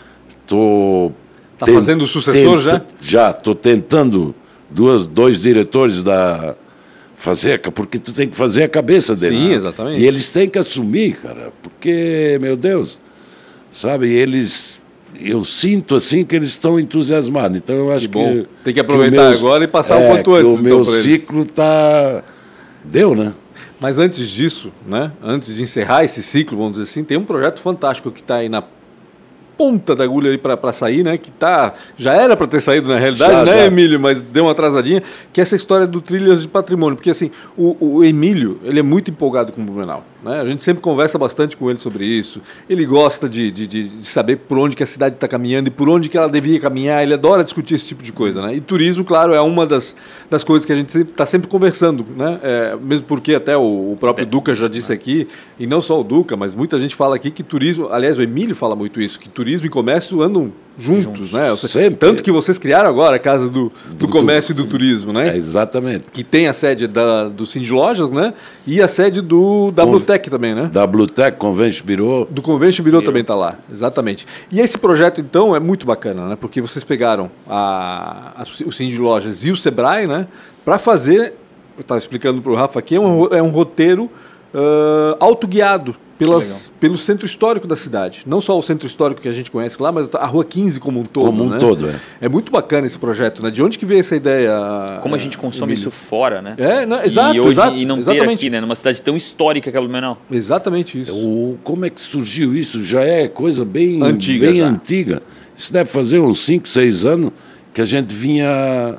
[SPEAKER 3] Estou
[SPEAKER 1] Tá fazendo o sucessor já?
[SPEAKER 3] Já, estou tentando duas, dois diretores da fazer, a- porque tu tem que fazer a cabeça deles.
[SPEAKER 1] Sim, exatamente.
[SPEAKER 3] E eles têm que assumir, cara, porque, meu Deus, sabe, eles, eu sinto assim que eles estão entusiasmados. Então eu acho
[SPEAKER 1] Que bom.
[SPEAKER 3] que
[SPEAKER 1] Tem que aproveitar
[SPEAKER 3] o meus-
[SPEAKER 1] agora e passar o
[SPEAKER 3] é,
[SPEAKER 1] quanto
[SPEAKER 3] que
[SPEAKER 1] antes,
[SPEAKER 3] O
[SPEAKER 1] então,
[SPEAKER 3] meu
[SPEAKER 1] pra eles.
[SPEAKER 3] ciclo tá deu, né?
[SPEAKER 1] Mas antes disso, né? Antes de encerrar esse ciclo, vamos dizer assim, tem um projeto fantástico que está aí na ponta da agulha aí para sair, né? Que tá, já era para ter saído na realidade,
[SPEAKER 3] Já,
[SPEAKER 1] né,
[SPEAKER 3] já.
[SPEAKER 1] Emílio? Mas deu uma atrasadinha, que é essa história do Trilhas de Patrimônio. Porque assim, o, o Emílio, ele é muito empolgado com o Blumenau, né? A gente sempre conversa bastante com ele sobre isso. Ele gosta de, de, de, de saber por onde que a cidade está caminhando e por onde que ela deveria caminhar. Ele adora discutir esse tipo de coisa, né? E turismo, claro, é uma das, das coisas que a gente está sempre conversando, né? É, mesmo porque até o, o próprio Duca já disse aqui, e não só o Duca, mas muita gente fala aqui que turismo, aliás, o Emílio fala muito isso, que turismo e comércio andam juntos,
[SPEAKER 2] Juntos.
[SPEAKER 1] né? Ou seja,
[SPEAKER 3] Sempre.
[SPEAKER 1] tanto que vocês criaram agora a Casa do, do,
[SPEAKER 3] Do-
[SPEAKER 1] Comércio e do Turismo, né?
[SPEAKER 3] É, exatamente.
[SPEAKER 1] Que tem a sede da, do Cindy Lojas, né? E a sede do da
[SPEAKER 3] Conv-
[SPEAKER 1] Blutec também, né?
[SPEAKER 3] Da Blutec, Convention Bureau.
[SPEAKER 1] Do Convention Bureau também está lá, exatamente. E esse projeto, então, é muito bacana, né? Porque vocês pegaram a, a, o Cindy Lojas e o Sebrae, né? Para fazer, eu estava explicando para o Rafa aqui, é um, ro- é um roteiro uh, autoguiado pelas, pelo centro histórico da cidade. Não só o centro histórico que a gente conhece lá, mas a Rua quinze como um todo.
[SPEAKER 3] Como um
[SPEAKER 1] né?
[SPEAKER 3] todo, é.
[SPEAKER 1] É muito bacana esse projeto, né? De onde que veio essa ideia?
[SPEAKER 2] Como a gente consome
[SPEAKER 1] Emílio?
[SPEAKER 2] isso fora, né?
[SPEAKER 1] É, né? Exato,
[SPEAKER 2] e hoje,
[SPEAKER 1] exato,
[SPEAKER 2] E não ter
[SPEAKER 1] exatamente.
[SPEAKER 2] aqui, né? Numa cidade tão histórica que é Blumenau.
[SPEAKER 1] Exatamente isso.
[SPEAKER 3] O, como é que surgiu isso? Já é coisa bem
[SPEAKER 1] Antiga,
[SPEAKER 3] bem
[SPEAKER 1] já.
[SPEAKER 3] antiga. Isso deve fazer uns cinco, seis anos que a gente vinha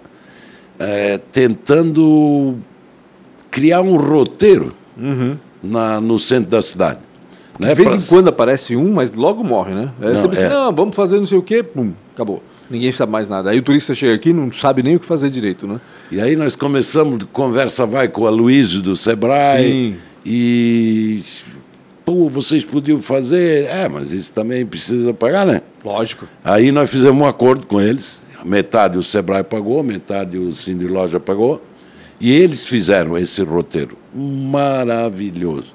[SPEAKER 3] é, tentando criar um roteiro na, no centro da cidade.
[SPEAKER 1] De
[SPEAKER 3] Né?
[SPEAKER 1] vez
[SPEAKER 3] Pra-
[SPEAKER 1] em quando aparece um, mas logo morre, né? Aí
[SPEAKER 3] Não,
[SPEAKER 1] você pensa,
[SPEAKER 3] é.
[SPEAKER 1] não, vamos fazer não sei o quê, pum, acabou. Ninguém sabe mais nada. Aí o turista chega aqui e não sabe nem o que fazer direito, né?
[SPEAKER 3] E aí nós começamos, conversa vai com o Aloysio do Sebrae.
[SPEAKER 1] Sim.
[SPEAKER 3] E, pô, vocês podiam fazer. É, mas isso também precisa pagar, né?
[SPEAKER 1] Lógico.
[SPEAKER 3] Aí nós fizemos um acordo com eles. Metade o Sebrae pagou, metade o Cindy Loja pagou. E eles fizeram esse roteiro maravilhoso.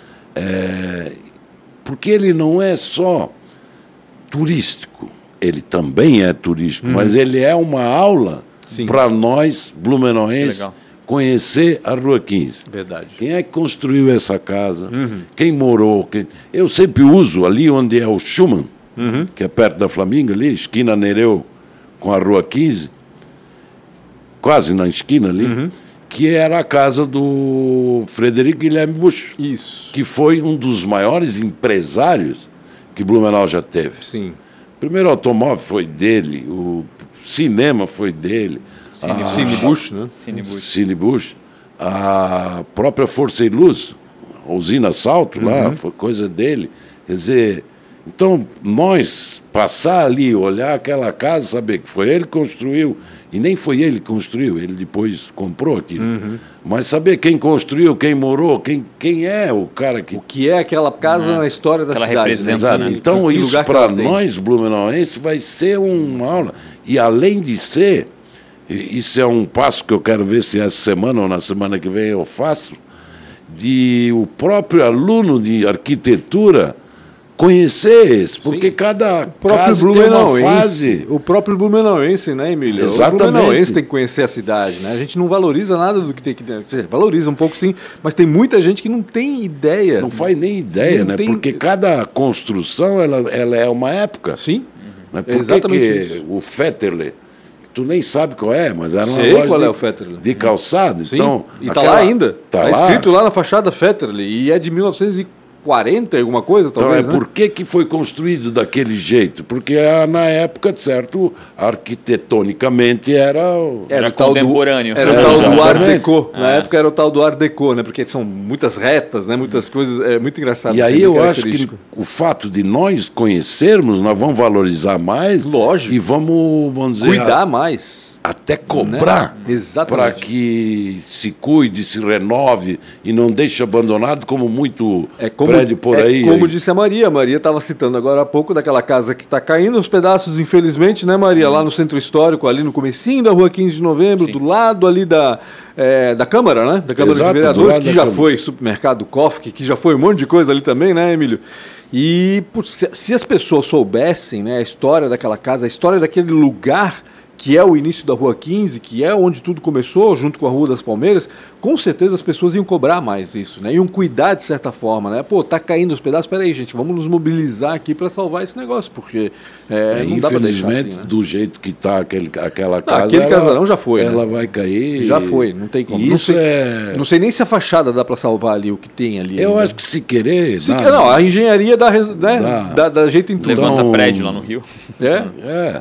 [SPEAKER 3] É, porque ele não é só turístico, ele também é turístico, mas ele é uma aula
[SPEAKER 1] Sim.
[SPEAKER 3] para nós, blumenauenses,
[SPEAKER 2] Legal.
[SPEAKER 3] conhecer a Rua quinze.
[SPEAKER 1] Verdade.
[SPEAKER 3] Quem é que construiu essa casa? Quem morou? Quem... Eu sempre uso ali onde é o Schumann, que é perto da Flamingo, ali, esquina Nereu com a Rua quinze, quase na esquina ali, que era a casa do Frederico Guilherme Busch,
[SPEAKER 1] Isso.
[SPEAKER 3] que foi um dos maiores empresários que Blumenau já teve.
[SPEAKER 1] Sim.
[SPEAKER 3] O primeiro automóvel foi dele, o cinema foi dele,
[SPEAKER 2] Cine,
[SPEAKER 3] a-
[SPEAKER 1] Cine Bush, né?
[SPEAKER 2] Cinebush.
[SPEAKER 3] Cine Bush, a própria Força e Luz, a usina Salto lá, foi coisa dele. Quer dizer, então nós passar ali, olhar aquela casa, saber que foi ele que construiu, e nem foi ele que construiu, ele depois comprou aquilo. Mas saber quem construiu, quem morou, quem, quem é o cara que
[SPEAKER 1] O que é aquela casa na história da
[SPEAKER 2] Ela
[SPEAKER 1] cidade.
[SPEAKER 2] representa,
[SPEAKER 1] né?
[SPEAKER 3] Exato.
[SPEAKER 2] né?
[SPEAKER 3] Então,
[SPEAKER 1] Que
[SPEAKER 3] isso
[SPEAKER 1] lugar que
[SPEAKER 3] para
[SPEAKER 1] ela tem.
[SPEAKER 3] nós, blumenauenses, vai ser uma aula. E além de ser, e isso é um passo que eu quero ver se essa semana ou na semana que vem eu faço, de o próprio aluno de arquitetura conhecer esse, porque
[SPEAKER 1] Sim.
[SPEAKER 3] cada
[SPEAKER 1] O próprio
[SPEAKER 3] casa tem uma fase.
[SPEAKER 1] Blumenauense, o próprio Blumenauense, né, Emílio?
[SPEAKER 3] Exatamente.
[SPEAKER 1] O Blumenauense tem que conhecer a cidade, né? A gente não valoriza nada do que tem aqui dentro. Valoriza um pouco sim, mas tem muita gente que não tem ideia.
[SPEAKER 3] Não faz nem ideia,
[SPEAKER 1] Não
[SPEAKER 3] né?
[SPEAKER 1] tem-
[SPEAKER 3] Porque cada construção ela, ela é uma época.
[SPEAKER 1] Sim,
[SPEAKER 3] Né? Por
[SPEAKER 1] é
[SPEAKER 3] que
[SPEAKER 1] exatamente
[SPEAKER 3] que
[SPEAKER 1] isso.
[SPEAKER 3] o Fetterle, que tu nem sabe qual é, mas era uma
[SPEAKER 1] Sei
[SPEAKER 3] loja
[SPEAKER 1] qual
[SPEAKER 3] de,
[SPEAKER 1] é o Fetterle.
[SPEAKER 3] de calçado.
[SPEAKER 1] Sim,
[SPEAKER 3] Então,
[SPEAKER 1] e tá
[SPEAKER 3] aquela-
[SPEAKER 1] lá ainda.
[SPEAKER 3] Tá,
[SPEAKER 1] Tá,
[SPEAKER 3] lá.
[SPEAKER 1] escrito lá na fachada Fetterle, e é de mil novecentos e quarenta, alguma coisa,
[SPEAKER 3] Então,
[SPEAKER 1] talvez,
[SPEAKER 3] é
[SPEAKER 1] né?
[SPEAKER 3] por que, que foi construído daquele jeito? Porque ah, na época, certo, arquitetonicamente era. o-
[SPEAKER 2] Era
[SPEAKER 1] o tal do-
[SPEAKER 2] contemporâneo.
[SPEAKER 1] Era o
[SPEAKER 3] É,
[SPEAKER 1] tal do Art
[SPEAKER 3] exatamente.
[SPEAKER 1] Deco. Na
[SPEAKER 2] É.
[SPEAKER 1] época era o tal do Art Deco, né? Porque são muitas retas, né? Muitas coisas. É muito engraçado.
[SPEAKER 3] E
[SPEAKER 1] isso,
[SPEAKER 3] aí
[SPEAKER 1] é bem
[SPEAKER 3] eu acho que
[SPEAKER 1] característico.
[SPEAKER 3] o fato de nós conhecermos, nós vamos valorizar mais.
[SPEAKER 1] Lógico.
[SPEAKER 3] E vamos, vamos dizer,
[SPEAKER 1] Cuidar mais.
[SPEAKER 3] até cobrar
[SPEAKER 1] Né? Exatamente.
[SPEAKER 3] para que se cuide, se renove e não deixe abandonado como muito
[SPEAKER 1] É como,
[SPEAKER 3] prédio por
[SPEAKER 1] é
[SPEAKER 3] aí.
[SPEAKER 1] como
[SPEAKER 3] aí.
[SPEAKER 1] disse a Maria. A Maria estava citando agora há pouco daquela casa que está caindo aos pedaços, infelizmente, né, Maria? Lá no Centro Histórico, ali no comecinho da rua quinze de novembro,
[SPEAKER 2] Sim.
[SPEAKER 1] do lado ali da, é, da Câmara, né? Da Câmara
[SPEAKER 3] Exato,
[SPEAKER 1] de
[SPEAKER 3] do
[SPEAKER 1] Vereadores,
[SPEAKER 3] lado
[SPEAKER 1] que
[SPEAKER 3] da
[SPEAKER 1] já
[SPEAKER 3] Câmara.
[SPEAKER 1] foi supermercado Kofk, que já foi um monte de coisa ali também, né, Emílio? E putz, se, se as pessoas soubessem, né, a história daquela casa, a história daquele lugar que é o início da Rua quinze, que é onde tudo começou, junto com a Rua das Palmeiras, com certeza as pessoas iam cobrar mais isso, né? Iam cuidar de certa forma, né? Pô, tá caindo os pedaços, peraí, gente, vamos nos mobilizar aqui para salvar esse negócio, porque é,
[SPEAKER 3] É,
[SPEAKER 1] não dá para deixar
[SPEAKER 3] infelizmente,
[SPEAKER 1] assim, né?
[SPEAKER 3] do jeito que está aquele, aquela casa.
[SPEAKER 1] aquele
[SPEAKER 3] ela-
[SPEAKER 1] casarão já foi, né?
[SPEAKER 3] Ela vai cair.
[SPEAKER 1] Já foi, não tem como.
[SPEAKER 3] E
[SPEAKER 1] Não
[SPEAKER 3] Isso
[SPEAKER 1] sei-
[SPEAKER 3] é.
[SPEAKER 1] Não sei nem se a fachada dá para salvar ali o que tem ali.
[SPEAKER 3] Eu
[SPEAKER 1] ainda.
[SPEAKER 3] acho que se querer.
[SPEAKER 1] Se
[SPEAKER 3] dá,
[SPEAKER 1] quer- não, a engenharia dá, res- né?
[SPEAKER 3] Dá.
[SPEAKER 1] dá, dá jeito em tudo.
[SPEAKER 2] Levanta
[SPEAKER 3] Então-
[SPEAKER 2] prédio lá no Rio.
[SPEAKER 1] É?
[SPEAKER 3] É.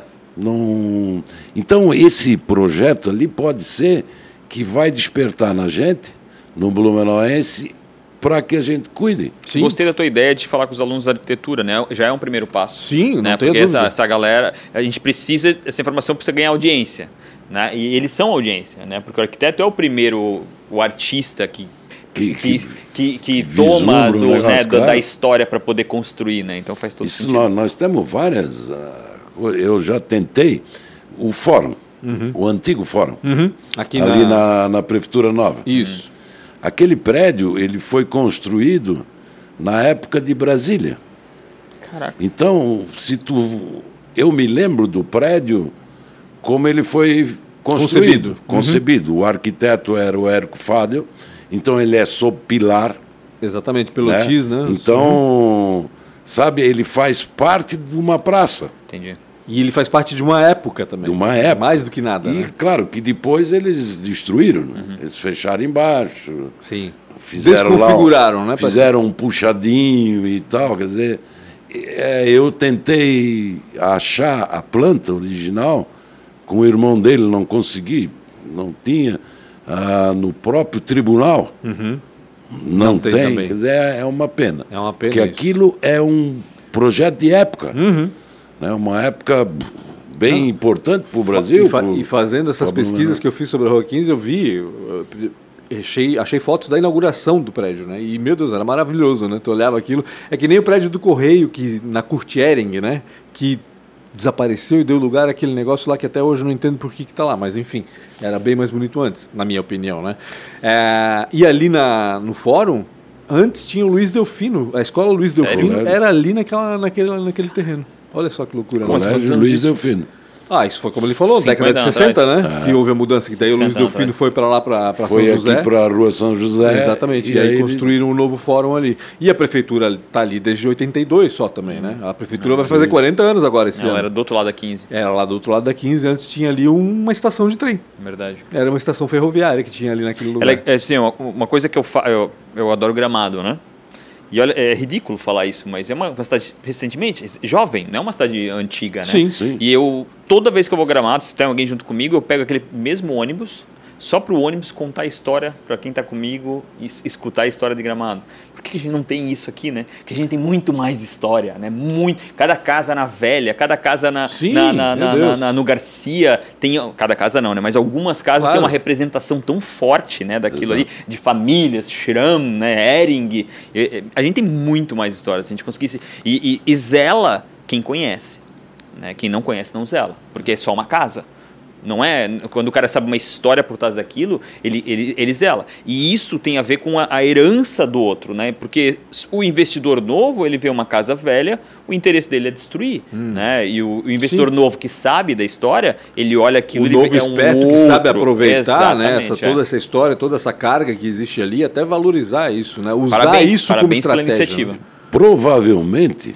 [SPEAKER 3] Não... Então, esse projeto ali pode ser que vai despertar na gente, no Blumenauense, para que a gente cuide.
[SPEAKER 1] Sim.
[SPEAKER 2] Gostei da tua ideia de falar com os alunos da arquitetura, né? Já é um primeiro passo.
[SPEAKER 1] Sim, não
[SPEAKER 2] né?
[SPEAKER 1] tenho
[SPEAKER 2] Porque essa,
[SPEAKER 1] dúvida.
[SPEAKER 2] essa galera, a gente precisa dessa informação para você ganhar audiência, né? E eles são audiência, né? Porque o arquiteto é o primeiro, o artista que
[SPEAKER 3] Que,
[SPEAKER 2] que,
[SPEAKER 3] que-
[SPEAKER 2] que, que
[SPEAKER 3] vislumbra
[SPEAKER 2] toma
[SPEAKER 3] o
[SPEAKER 2] do,
[SPEAKER 3] negócio,
[SPEAKER 2] né, do-
[SPEAKER 3] claro.
[SPEAKER 2] da história para poder construir, né? Então faz todo
[SPEAKER 3] Isso
[SPEAKER 2] sentido.
[SPEAKER 3] nós, nós temos várias. ah, eu já tentei o fórum, o antigo fórum,
[SPEAKER 1] Uhum. Aqui
[SPEAKER 3] ali
[SPEAKER 1] na...
[SPEAKER 3] na, na Prefeitura Nova.
[SPEAKER 1] Isso.
[SPEAKER 3] Aquele prédio ele foi construído na época de Brasília.
[SPEAKER 2] Caraca.
[SPEAKER 3] Então, se tu, eu me lembro do prédio como ele foi construído,
[SPEAKER 1] Concebido.
[SPEAKER 3] concebido. O arquiteto era o Érico Fadel, então ele é sob pilar.
[SPEAKER 1] Exatamente, Pelotis, né?
[SPEAKER 3] Então, sabe, ele faz parte de uma praça,
[SPEAKER 2] Entendi.
[SPEAKER 1] E ele faz parte de uma época também.
[SPEAKER 3] de uma época.
[SPEAKER 1] Mais do que nada,
[SPEAKER 3] E
[SPEAKER 1] né?
[SPEAKER 3] claro que depois eles destruíram, né? Eles fecharam embaixo.
[SPEAKER 1] Sim.
[SPEAKER 3] Fizeram
[SPEAKER 1] Desconfiguraram,
[SPEAKER 3] lá, um-
[SPEAKER 1] né?
[SPEAKER 3] Fizeram um puxadinho e tal, quer dizer, é, eu tentei achar a planta original, com o irmão dele não consegui, não tinha, ah, no próprio tribunal,
[SPEAKER 1] Uhum.
[SPEAKER 3] não,
[SPEAKER 1] Não tem
[SPEAKER 3] tem,
[SPEAKER 1] também.
[SPEAKER 3] quer dizer, é, é uma pena.
[SPEAKER 1] É uma pena
[SPEAKER 3] Porque
[SPEAKER 1] isso.
[SPEAKER 3] aquilo é um projeto de época,
[SPEAKER 1] Uhum.
[SPEAKER 3] né, uma época bem importante para o Brasil.
[SPEAKER 1] E, fa-
[SPEAKER 3] pro-
[SPEAKER 1] e fazendo essas
[SPEAKER 3] pro
[SPEAKER 1] pesquisas
[SPEAKER 3] Blumenauense.
[SPEAKER 1] que eu fiz sobre a Rua quinze, eu vi, eu achei, achei fotos da inauguração do prédio, né? E, meu Deus, era maravilhoso, né? Tu olhava aquilo. É que nem o prédio do Correio, que na Kurtjering, né? Que desapareceu e deu lugar àquele negócio lá que até hoje eu não entendo por que que tá lá, mas enfim, era bem mais bonito antes, na minha opinião, né? É, e ali na, no fórum, antes tinha o Luiz Delfino, a escola Luiz
[SPEAKER 2] Sério?
[SPEAKER 1] Delfino era ali naquela, naquele, naquele terreno. Olha só que loucura, né?
[SPEAKER 2] Quantos
[SPEAKER 3] Colégio
[SPEAKER 2] anos
[SPEAKER 3] Luiz
[SPEAKER 2] isso?
[SPEAKER 3] Delfino.
[SPEAKER 1] Ah, isso foi como ele falou,
[SPEAKER 2] cinquenta
[SPEAKER 1] década de
[SPEAKER 2] anos
[SPEAKER 1] sessenta,
[SPEAKER 2] atrás.
[SPEAKER 1] né? Que houve a mudança, que daí o Luiz
[SPEAKER 2] sessenta anos
[SPEAKER 1] Delfino
[SPEAKER 2] atrás.
[SPEAKER 1] foi para lá, para São
[SPEAKER 3] Foi
[SPEAKER 1] José.
[SPEAKER 3] aqui para a Rua São José.
[SPEAKER 1] Exatamente, e, aí,
[SPEAKER 3] eles-
[SPEAKER 1] construíram um novo fórum ali. E a prefeitura está ali desde oitenta e dois só também, né? A prefeitura vai fazer quarenta anos agora esse
[SPEAKER 2] Não,
[SPEAKER 1] ano.
[SPEAKER 2] era do outro lado da quinze,
[SPEAKER 1] Era lá do outro lado da quinze, antes tinha ali uma estação de trem.
[SPEAKER 2] na verdade.
[SPEAKER 1] Era uma estação ferroviária que tinha ali naquele lugar.
[SPEAKER 2] Ela é, é, assim, uma, uma coisa que eu, fa eu eu adoro Gramado, né? E olha, é ridículo falar isso, mas é uma, uma cidade recentemente jovem, não é uma cidade antiga, né?
[SPEAKER 1] Sim.
[SPEAKER 3] Sim.
[SPEAKER 2] E eu, toda vez que eu vou a Gramado, se tem alguém junto comigo, eu pego aquele mesmo ônibus, só para o ônibus contar a história para quem está comigo e es- escutar a história de Gramado. Por que que a gente não tem isso aqui, né? Porque a gente tem muito mais história, né? Muito, cada casa na Velha, cada casa na,
[SPEAKER 1] Sim,
[SPEAKER 2] na, na,
[SPEAKER 1] meu
[SPEAKER 2] na,
[SPEAKER 1] Deus.
[SPEAKER 2] na- na- no Garcia, tem, cada casa não, né? Mas algumas casas
[SPEAKER 1] Claro.
[SPEAKER 2] têm uma representação tão forte, né? Daquilo
[SPEAKER 3] Exato.
[SPEAKER 2] ali, de famílias, Schramm, né? Ering. E- e- A gente tem muito mais história, se a gente conseguisse. E, e, e zela quem conhece, né? Quem não conhece não zela, porque é só uma casa. Não é? Quando o cara sabe uma história por trás daquilo, ele, ele, ele zela. E isso tem a ver com a, a herança do outro, né? Porque o investidor novo, ele vê uma casa velha, o interesse dele é destruir, hum. né? E o, o investidor Sim. novo que sabe da história, ele olha aquilo...
[SPEAKER 1] O
[SPEAKER 2] ele
[SPEAKER 1] novo
[SPEAKER 2] vê,
[SPEAKER 1] esperto
[SPEAKER 2] é um
[SPEAKER 1] que
[SPEAKER 2] outro.
[SPEAKER 1] sabe aproveitar, né? Essa,
[SPEAKER 2] é.
[SPEAKER 1] toda essa história, toda essa carga que existe ali, até valorizar isso, né? Usar
[SPEAKER 2] parabéns,
[SPEAKER 1] isso
[SPEAKER 2] parabéns
[SPEAKER 1] como estratégia.
[SPEAKER 2] Pela iniciativa.
[SPEAKER 1] Né?
[SPEAKER 3] Provavelmente,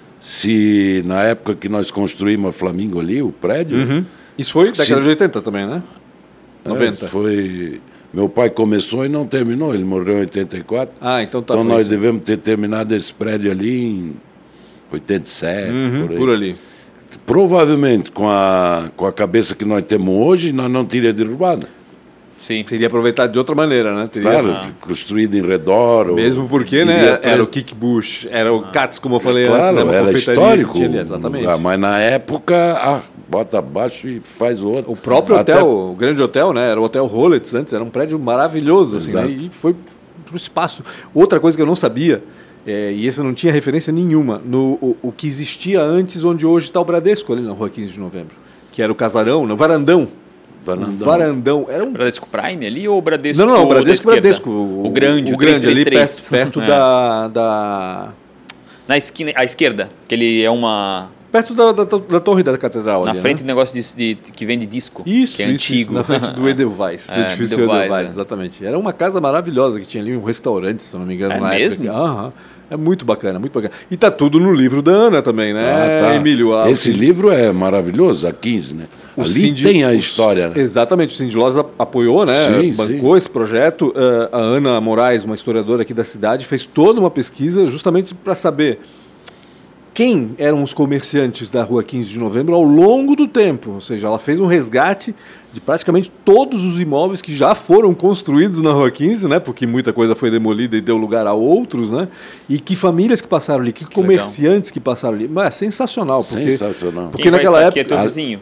[SPEAKER 3] se na época que nós construímos a Flamingo ali, o prédio...
[SPEAKER 1] Uhum. Isso foi década
[SPEAKER 3] se...
[SPEAKER 1] de oitenta também, né? noventa.
[SPEAKER 3] É, foi... Meu pai começou e não terminou, ele morreu em oitenta e quatro.
[SPEAKER 1] Ah, então tá.
[SPEAKER 3] Então nós
[SPEAKER 1] isso.
[SPEAKER 3] devemos ter terminado esse prédio ali em oitenta e sete,
[SPEAKER 1] uhum,
[SPEAKER 3] por aí.
[SPEAKER 1] Por ali.
[SPEAKER 3] Provavelmente, com a, com a cabeça que nós temos hoje, nós não teríamos derrubado.
[SPEAKER 2] Sim.
[SPEAKER 1] Seria aproveitado de outra maneira, né? Teria...
[SPEAKER 3] Claro, ah. construído em redor.
[SPEAKER 1] Mesmo porque, né? Era, era o Kick Bush, era o Katz, como eu falei
[SPEAKER 3] claro,
[SPEAKER 1] antes. Né?
[SPEAKER 3] Era histórico.
[SPEAKER 1] Ali, exatamente.
[SPEAKER 3] Lugar, mas na época, ah, bota abaixo e faz o outro.
[SPEAKER 1] O próprio
[SPEAKER 3] Até...
[SPEAKER 1] hotel, o grande hotel, né? Era o Hotel Rollets antes, era um prédio maravilhoso, assim, né? E foi para o espaço. Outra coisa que eu não sabia, é, e essa não tinha referência nenhuma, no, o, o que existia antes, onde hoje está o Bradesco, ali na rua quinze de novembro, que era o casarão, no varandão.
[SPEAKER 3] Varandão.
[SPEAKER 1] O varandão. Era um...
[SPEAKER 2] Bradesco Prime ali ou o Bradesco?
[SPEAKER 1] Não, não, o Bradesco, Bradesco. O,
[SPEAKER 2] o grande,
[SPEAKER 1] o,
[SPEAKER 2] o
[SPEAKER 1] grande ali,
[SPEAKER 2] perto,
[SPEAKER 1] perto
[SPEAKER 2] é.
[SPEAKER 1] da, da...
[SPEAKER 2] Na esquina, à esquerda, que ele é uma...
[SPEAKER 1] Perto da, da, da torre da catedral.
[SPEAKER 2] Na
[SPEAKER 1] ali,
[SPEAKER 2] frente
[SPEAKER 1] né?
[SPEAKER 2] do negócio de, de, que vende disco,
[SPEAKER 1] isso,
[SPEAKER 2] que é
[SPEAKER 1] isso,
[SPEAKER 2] antigo.
[SPEAKER 1] Isso, na frente do Edelweiss, do
[SPEAKER 2] é,
[SPEAKER 1] edifício
[SPEAKER 2] Edelweiss,
[SPEAKER 1] Edelweiss,
[SPEAKER 2] é.
[SPEAKER 1] exatamente. Era uma casa maravilhosa, que tinha ali um restaurante, se não me engano.
[SPEAKER 2] É
[SPEAKER 1] na
[SPEAKER 2] mesmo?
[SPEAKER 1] Época. Aham. É muito bacana, muito bacana. E tá tudo no livro da Ana também, né,
[SPEAKER 3] tá, tá.
[SPEAKER 1] Emílio? Ah,
[SPEAKER 3] Esse livro é maravilhoso, a quinze, né? O Ali Cindy, tem a história.
[SPEAKER 1] Os, exatamente, o Cindy Loz apoiou, né?
[SPEAKER 3] Sim,
[SPEAKER 1] bancou
[SPEAKER 3] sim.
[SPEAKER 1] esse projeto. Uh, a Ana Moraes, uma historiadora aqui da cidade, fez toda uma pesquisa justamente para saber quem eram os comerciantes da Rua quinze de Novembro ao longo do tempo. Ou seja, ela fez um resgate de praticamente todos os imóveis que já foram construídos na Rua quinze, né? Porque muita coisa foi demolida e deu lugar a outros, né? E que famílias que passaram ali, que comerciantes Legal. que passaram ali. Mas é sensacional. Porque,
[SPEAKER 3] sensacional.
[SPEAKER 1] Porque
[SPEAKER 2] Quem
[SPEAKER 1] naquela
[SPEAKER 2] vai
[SPEAKER 1] época...
[SPEAKER 2] Aqui é teu vizinho.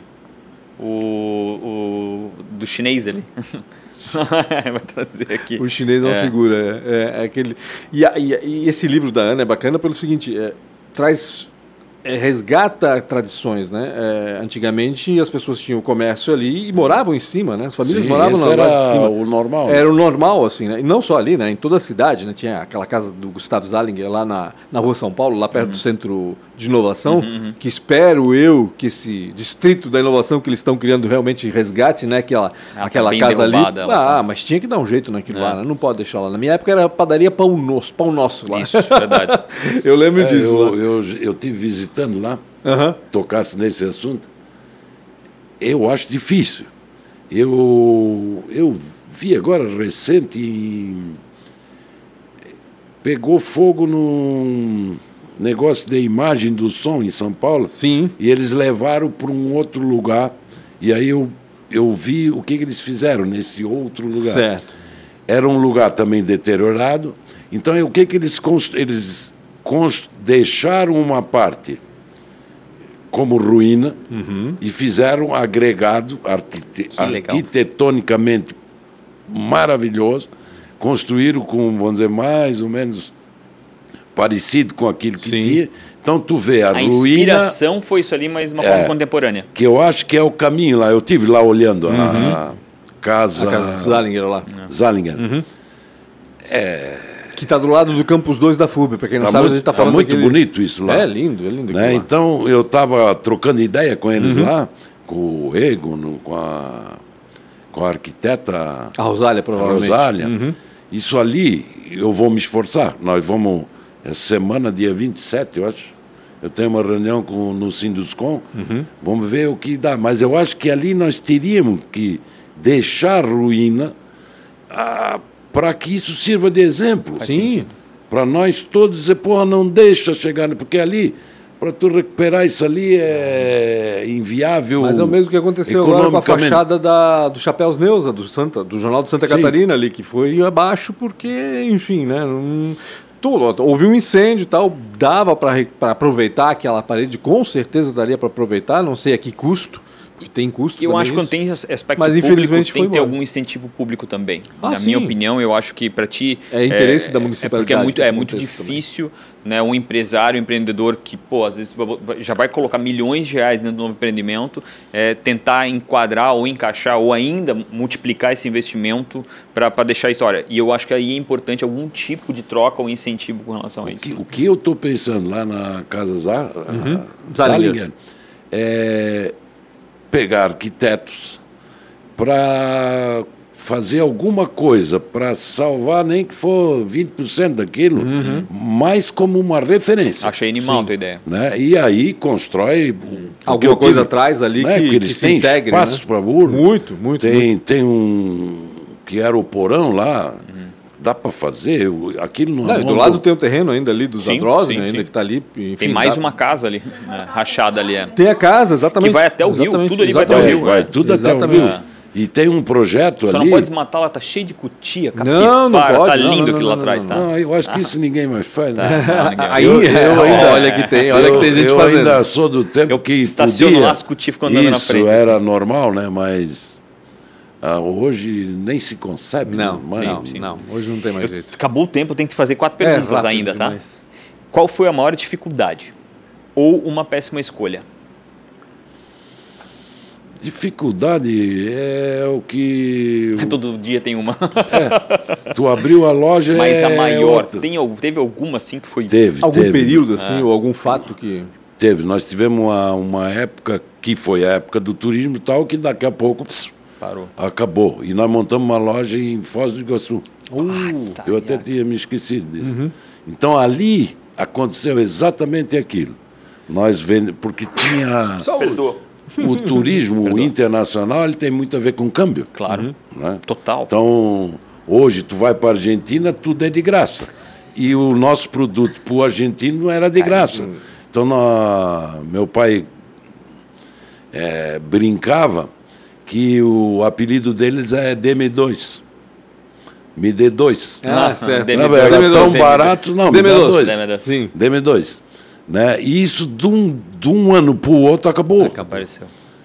[SPEAKER 2] O, o do chinês ali. Vai trazer aqui.
[SPEAKER 1] O chinês é uma
[SPEAKER 2] é.
[SPEAKER 1] figura. É, é aquele... e, a, e, a, e esse livro da Ana é bacana pelo seguinte... É, traz... É, resgata tradições, né? É, antigamente as pessoas tinham o comércio ali e moravam em cima, né? As famílias
[SPEAKER 3] Sim,
[SPEAKER 1] moravam na
[SPEAKER 3] era
[SPEAKER 1] de cima.
[SPEAKER 3] o normal. Né?
[SPEAKER 1] Era o normal, assim, né? E não só ali, né? Em toda a cidade, né? Tinha aquela casa do Gustavo Zalinger lá na, na Rua São Paulo, lá perto uhum. do Centro de Inovação, uhum, uhum. que espero eu que esse distrito da inovação que eles estão criando realmente resgate, né? Aquela, aquela
[SPEAKER 2] tá
[SPEAKER 1] casa ali. Ah,
[SPEAKER 2] tá.
[SPEAKER 1] mas tinha que dar um jeito naquilo é. lá, né? Não pode deixar lá. Na minha época era padaria Pão Nosso, Pão Nosso lá.
[SPEAKER 2] Isso, verdade.
[SPEAKER 1] Eu lembro
[SPEAKER 3] é,
[SPEAKER 1] disso.
[SPEAKER 3] Eu, eu, eu tive visitando lá. Uhum. Tocasse nesse assunto, eu acho difícil. Eu, eu vi agora recente, em, pegou fogo num negócio de imagem do som em São Paulo.
[SPEAKER 1] Sim.
[SPEAKER 3] E eles levaram para um outro lugar. E aí eu, eu vi o que, que eles fizeram nesse outro lugar.
[SPEAKER 1] Certo.
[SPEAKER 3] Era um lugar também deteriorado. Então, o que, que eles, const, eles const, deixaram uma parte como ruína, uhum. e fizeram um agregado arquite arquitetonicamente maravilhoso, construíram com, vamos dizer, mais ou menos parecido com aquilo que Sim. tinha. Então tu vê a, a ruína... A
[SPEAKER 2] inspiração foi isso ali, mas uma é, forma contemporânea.
[SPEAKER 3] Que eu acho que é o caminho lá. Eu estive lá olhando uhum. a casa...
[SPEAKER 1] A casa Zalinger lá.
[SPEAKER 3] Zalinger.
[SPEAKER 1] Uhum. É... Que está do lado do Campus dois da F U B, para quem não
[SPEAKER 3] tá
[SPEAKER 1] sabe,
[SPEAKER 3] muito,
[SPEAKER 1] a gente está
[SPEAKER 3] tá
[SPEAKER 1] falando
[SPEAKER 3] muito
[SPEAKER 1] daquele...
[SPEAKER 3] bonito isso lá.
[SPEAKER 1] É lindo, é lindo.
[SPEAKER 3] Né? Então, eu estava trocando ideia com eles uhum. lá, com o Egon, com a, com a arquiteta...
[SPEAKER 1] A Rosália, provavelmente.
[SPEAKER 3] A Rosália.
[SPEAKER 1] Uhum.
[SPEAKER 3] Isso ali, eu vou me esforçar. Nós vamos, essa semana, dia vinte e sete, eu acho, eu tenho uma reunião com, no Sinduscom, uhum. vamos ver o que dá. Mas eu acho que ali nós teríamos que deixar ruína... A, para que isso sirva de exemplo.
[SPEAKER 1] Sim.
[SPEAKER 3] Para nós todos dizer, porra, não deixa chegar, porque ali, para tu recuperar isso ali é inviável.
[SPEAKER 1] Mas é o mesmo que aconteceu agora com a fachada da, do Chapéus Neuza, do, Santa, do Jornal de Santa Sim. Catarina ali, que foi abaixo porque, enfim, né? Não, tudo, houve um incêndio e tal, dava para aproveitar aquela parede, com certeza daria para aproveitar, não sei a que custo, tem custo.
[SPEAKER 2] Eu acho que
[SPEAKER 1] isso.
[SPEAKER 2] quando tem esse aspecto
[SPEAKER 1] Mas,
[SPEAKER 2] público,
[SPEAKER 1] infelizmente,
[SPEAKER 2] tem que ter
[SPEAKER 1] embora.
[SPEAKER 2] algum incentivo público também.
[SPEAKER 1] Ah,
[SPEAKER 2] Na
[SPEAKER 1] sim.
[SPEAKER 2] minha opinião, eu acho que para ti...
[SPEAKER 1] É interesse
[SPEAKER 2] é,
[SPEAKER 1] da
[SPEAKER 2] é
[SPEAKER 1] municipalidade.
[SPEAKER 2] porque é muito,
[SPEAKER 1] que
[SPEAKER 2] é
[SPEAKER 1] isso
[SPEAKER 2] muito
[SPEAKER 1] aconteça
[SPEAKER 2] difícil, né, um empresário, um empreendedor que, pô, às vezes já vai colocar milhões de reais dentro do novo empreendimento, é, tentar enquadrar ou encaixar ou ainda multiplicar esse investimento para deixar a história. E eu acho que aí é importante algum tipo de troca ou incentivo com relação a isso.
[SPEAKER 3] O que, o que eu estou pensando lá na Casa Zar,
[SPEAKER 1] Uhum.
[SPEAKER 3] Zallinger é pegar arquitetos para fazer alguma coisa para salvar, nem que for vinte por cento daquilo,
[SPEAKER 1] Uhum.
[SPEAKER 3] mas como uma referência.
[SPEAKER 2] Achei animal a tua ideia.
[SPEAKER 3] Né? E aí constrói...
[SPEAKER 1] Alguma coisa atrás ali
[SPEAKER 3] né?
[SPEAKER 1] que,
[SPEAKER 3] Porque eles
[SPEAKER 1] que se
[SPEAKER 3] têm
[SPEAKER 1] integre.
[SPEAKER 3] espaços
[SPEAKER 1] Né?
[SPEAKER 3] para burro.
[SPEAKER 1] Muito, muito.
[SPEAKER 3] Tem,
[SPEAKER 1] muito.
[SPEAKER 3] tem um... que era o porão lá, dá para fazer, o- aquilo não,
[SPEAKER 1] Não,
[SPEAKER 3] é
[SPEAKER 1] e do lado tem um terreno ainda ali dos
[SPEAKER 2] Sim,
[SPEAKER 1] Androsne,
[SPEAKER 2] sim,
[SPEAKER 1] ainda
[SPEAKER 2] sim.
[SPEAKER 1] que está ali. Enfim,
[SPEAKER 2] Tem mais
[SPEAKER 1] dá-
[SPEAKER 2] uma casa ali, né, rachada ali. É.
[SPEAKER 1] Tem a casa, exatamente.
[SPEAKER 2] Que vai até o rio,
[SPEAKER 1] Exatamente,
[SPEAKER 2] tudo ali vai até o
[SPEAKER 3] vai,
[SPEAKER 2] rio,
[SPEAKER 3] vai
[SPEAKER 2] é.
[SPEAKER 3] tudo
[SPEAKER 1] Exatamente.
[SPEAKER 3] até o rio. E tem um projeto
[SPEAKER 2] Só
[SPEAKER 3] ali...
[SPEAKER 2] não pode desmatar, ela tá cheia de cutia, capivara,
[SPEAKER 1] Não, não pode,
[SPEAKER 2] tá
[SPEAKER 1] não,
[SPEAKER 2] lindo
[SPEAKER 1] não,
[SPEAKER 2] aquilo lá
[SPEAKER 1] não,
[SPEAKER 2] atrás,
[SPEAKER 1] não,
[SPEAKER 2] tá?
[SPEAKER 3] Não, eu acho que isso ninguém mais faz, né?
[SPEAKER 2] Tá, ninguém-
[SPEAKER 1] Aí,
[SPEAKER 3] Eu-
[SPEAKER 1] é,
[SPEAKER 3] eu ainda-
[SPEAKER 1] olha que tem, olha
[SPEAKER 3] eu,
[SPEAKER 1] que tem gente
[SPEAKER 3] eu
[SPEAKER 1] fazendo.
[SPEAKER 3] ainda sou do tempo
[SPEAKER 2] Eu
[SPEAKER 3] que
[SPEAKER 2] estaciono
[SPEAKER 3] podia.
[SPEAKER 2] lá, as cutia ficam andando na
[SPEAKER 3] Isso
[SPEAKER 2] frente,
[SPEAKER 3] era normal, né? Mas ah, hoje nem se concebe.
[SPEAKER 1] Não,
[SPEAKER 3] né? Mas,
[SPEAKER 1] não,
[SPEAKER 2] sim.
[SPEAKER 1] não. Hoje não tem mais jeito.
[SPEAKER 2] Acabou o tempo, eu tenho que te fazer quatro
[SPEAKER 1] É,
[SPEAKER 2] perguntas
[SPEAKER 1] rápido
[SPEAKER 2] ainda, tá?
[SPEAKER 1] demais.
[SPEAKER 2] Qual foi a maior dificuldade? Ou uma péssima escolha?
[SPEAKER 3] Dificuldade é o que...
[SPEAKER 2] Todo dia tem uma.
[SPEAKER 3] Tu abriu a loja...
[SPEAKER 2] Mas
[SPEAKER 3] é
[SPEAKER 2] a maior,
[SPEAKER 3] outra.
[SPEAKER 2] tem, al- teve alguma assim que foi...
[SPEAKER 3] Teve,
[SPEAKER 1] Algum
[SPEAKER 3] teve.
[SPEAKER 1] período assim, ou algum fato que...
[SPEAKER 3] Teve. Nós tivemos uma, uma época que foi a época do turismo e tal, que daqui a pouco pss,
[SPEAKER 2] Parou.
[SPEAKER 3] acabou. E nós montamos uma loja em Foz do Iguaçu.
[SPEAKER 1] Uh,
[SPEAKER 2] Tá,
[SPEAKER 3] Eu até
[SPEAKER 2] já.
[SPEAKER 3] tinha me esquecido disso. Então ali aconteceu exatamente aquilo. Nós vendemos, porque tinha
[SPEAKER 2] Perdoa.
[SPEAKER 3] o turismo internacional, ele tem muito a ver com câmbio.
[SPEAKER 2] Claro.
[SPEAKER 3] Né?
[SPEAKER 2] Total.
[SPEAKER 3] Então, hoje tu vai para a Argentina, tudo é de graça. E o nosso produto para o argentino não era de graça. Então, nó- meu pai é, brincava que o apelido deles é D M dois. Me dê dois.
[SPEAKER 1] Ah,
[SPEAKER 2] Ah,
[SPEAKER 1] certo.
[SPEAKER 2] D M
[SPEAKER 3] Não,
[SPEAKER 2] dois.
[SPEAKER 3] era
[SPEAKER 1] D M
[SPEAKER 3] tão
[SPEAKER 1] dois.
[SPEAKER 3] barato, não, me dá
[SPEAKER 1] D M dois.
[SPEAKER 3] dois.
[SPEAKER 2] D M dois.
[SPEAKER 1] Sim.
[SPEAKER 3] D M dois. Né? E isso de um, de um ano para o outro acabou.
[SPEAKER 2] Apareceu.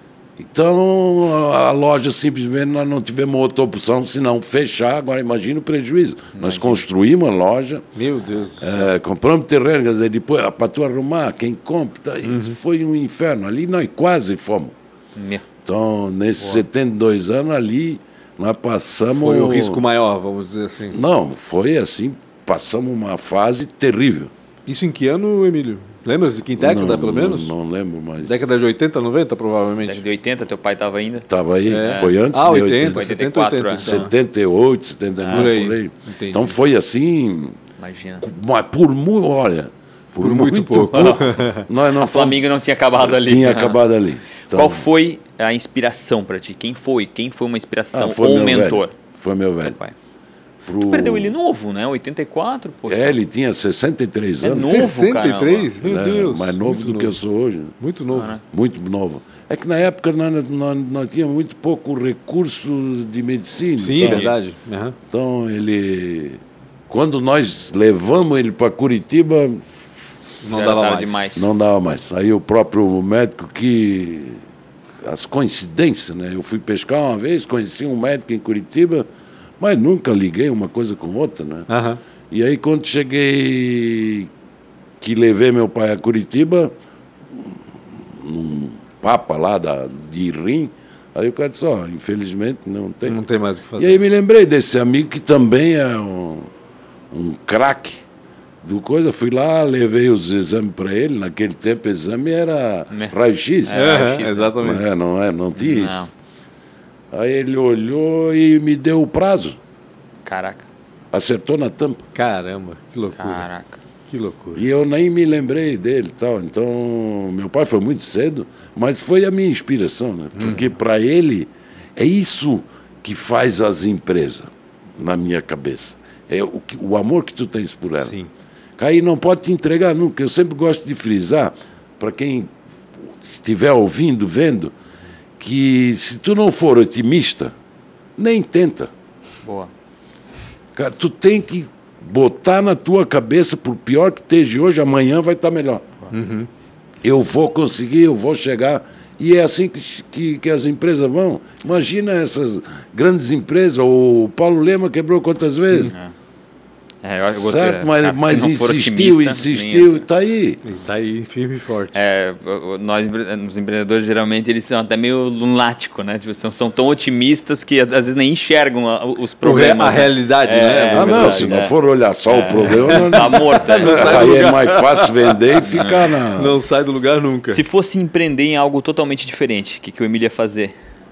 [SPEAKER 3] Então a loja simplesmente nós não tivemos outra opção senão fechar. Agora imagina o prejuízo. Nós construímos a loja,
[SPEAKER 1] Meu Deus.
[SPEAKER 3] é, compramos terreno, quer dizer, depois para tu arrumar, quem compra, tá,
[SPEAKER 1] Uhum.
[SPEAKER 3] isso foi um inferno. Ali nós quase fomos.
[SPEAKER 2] Meu.
[SPEAKER 3] Então, nesses setenta e dois anos ali, nós passamos.
[SPEAKER 1] Foi o risco maior, vamos dizer assim.
[SPEAKER 3] Não, foi assim, passamos uma fase terrível.
[SPEAKER 1] Isso em que ano, Emílio? Lembra de que década,
[SPEAKER 3] Não-
[SPEAKER 1] pelo menos?
[SPEAKER 3] Não, não lembro mais.
[SPEAKER 1] Década de oitenta, noventa,
[SPEAKER 2] Década
[SPEAKER 1] provavelmente.
[SPEAKER 2] de oitenta, teu pai estava ainda?
[SPEAKER 3] Estava aí,
[SPEAKER 1] É.
[SPEAKER 3] foi antes
[SPEAKER 1] Ah,
[SPEAKER 3] de
[SPEAKER 1] oitenta,
[SPEAKER 3] oitenta.
[SPEAKER 1] setenta,
[SPEAKER 2] oitenta e quatro,
[SPEAKER 1] oitenta.
[SPEAKER 2] é.
[SPEAKER 1] então.
[SPEAKER 3] setenta e oito, setenta e nove,
[SPEAKER 1] Por aí,
[SPEAKER 3] por aí.
[SPEAKER 1] entendi.
[SPEAKER 3] Então foi assim,
[SPEAKER 2] Imagina.
[SPEAKER 3] mas por muito, olha, por,
[SPEAKER 1] Por muito pouco.
[SPEAKER 3] nós não
[SPEAKER 2] A Flamengo não tinha acabado ali.
[SPEAKER 3] tinha acabado ali. Então,
[SPEAKER 2] Qual foi a inspiração para ti? Quem foi? Quem foi uma inspiração
[SPEAKER 3] ah, foi
[SPEAKER 2] ou
[SPEAKER 3] meu
[SPEAKER 2] um mentor?
[SPEAKER 3] velho, foi meu
[SPEAKER 2] Teu
[SPEAKER 3] velho.
[SPEAKER 2] pai.
[SPEAKER 3] Pro...
[SPEAKER 2] Tu perdeu ele novo, né? oitenta e quatro, poxa.
[SPEAKER 3] É, ele tinha sessenta e três
[SPEAKER 2] É
[SPEAKER 3] anos.
[SPEAKER 2] novo,
[SPEAKER 1] sessenta e três? Meu
[SPEAKER 3] né?
[SPEAKER 1] Deus.
[SPEAKER 3] Mais novo
[SPEAKER 1] muito
[SPEAKER 3] do que eu sou hoje.
[SPEAKER 1] Muito novo.
[SPEAKER 3] Muito novo. É que na época nós, nós, nós tínhamos muito pouco recurso de medicina.
[SPEAKER 1] Sim,
[SPEAKER 3] então,
[SPEAKER 1] verdade. Aham.
[SPEAKER 3] Então ele. Quando nós levamos ele para Curitiba,
[SPEAKER 1] Não
[SPEAKER 2] Já era
[SPEAKER 1] dava
[SPEAKER 2] tarde
[SPEAKER 1] mais.
[SPEAKER 2] demais.
[SPEAKER 3] não dava mais. Aí o próprio médico que. As coincidências, né? Eu fui pescar uma vez, conheci um médico em Curitiba, mas nunca liguei uma coisa com outra, né?
[SPEAKER 1] Aham.
[SPEAKER 3] E aí quando cheguei, que levei meu pai a Curitiba, num papa lá da, de Rim, aí o cara disse, ó, infelizmente não tem.
[SPEAKER 1] Não tem mais o que
[SPEAKER 3] E
[SPEAKER 1] fazer.
[SPEAKER 3] aí me lembrei desse amigo que também é um, um craque do coisa. Fui lá, levei os exames para ele. Naquele tempo, o exame era
[SPEAKER 2] Né?
[SPEAKER 3] raio-x.
[SPEAKER 2] É,
[SPEAKER 1] Aham,
[SPEAKER 2] raio-x, né?
[SPEAKER 1] exatamente.
[SPEAKER 3] Não é, não é, não tinha
[SPEAKER 2] Não.
[SPEAKER 3] isso. Aí ele olhou e me deu o prazo.
[SPEAKER 2] Caraca,
[SPEAKER 3] Acertou na tampa.
[SPEAKER 1] Caramba, que loucura.
[SPEAKER 2] caraca.
[SPEAKER 1] Que loucura.
[SPEAKER 3] E eu nem me lembrei dele e tal. Então, meu pai foi muito cedo, mas foi a minha inspiração, né? Porque para ele é isso que faz as empresas, na minha cabeça. É o, que, o amor que tu tens por ela.
[SPEAKER 1] Sim.
[SPEAKER 3] Aí não pode te entregar nunca. Eu sempre gosto de frisar, para quem estiver ouvindo, vendo, que se tu não for otimista, nem tenta.
[SPEAKER 2] Boa.
[SPEAKER 3] Cara, tu tem que botar na tua cabeça, por pior que esteja hoje, amanhã vai estar melhor. Eu vou conseguir, eu vou chegar. E é assim que, que, que as empresas vão. Imagina essas grandes empresas. O Paulo Lema quebrou quantas vezes?
[SPEAKER 2] Sim, é. É, eu, eu
[SPEAKER 3] certo,
[SPEAKER 2] gostei,
[SPEAKER 3] mas,
[SPEAKER 2] cara,
[SPEAKER 3] mas insistiu, insistiu e está aí.
[SPEAKER 1] Está aí, firme e forte.
[SPEAKER 2] É, nós, os empreendedores, geralmente, eles são até meio lunáticos, né? Tipo, são, são tão otimistas que às vezes nem enxergam os problemas.
[SPEAKER 1] A
[SPEAKER 2] né?
[SPEAKER 1] realidade,
[SPEAKER 2] é,
[SPEAKER 1] né?
[SPEAKER 3] Ah, não, se não for olhar só é. o problema, não,
[SPEAKER 2] tá morto. É.
[SPEAKER 3] Aí é mais fácil vender e ficar na...
[SPEAKER 1] Não sai do lugar nunca.
[SPEAKER 2] Se fosse empreender em algo totalmente diferente, o que, que o Emílio ia fazer?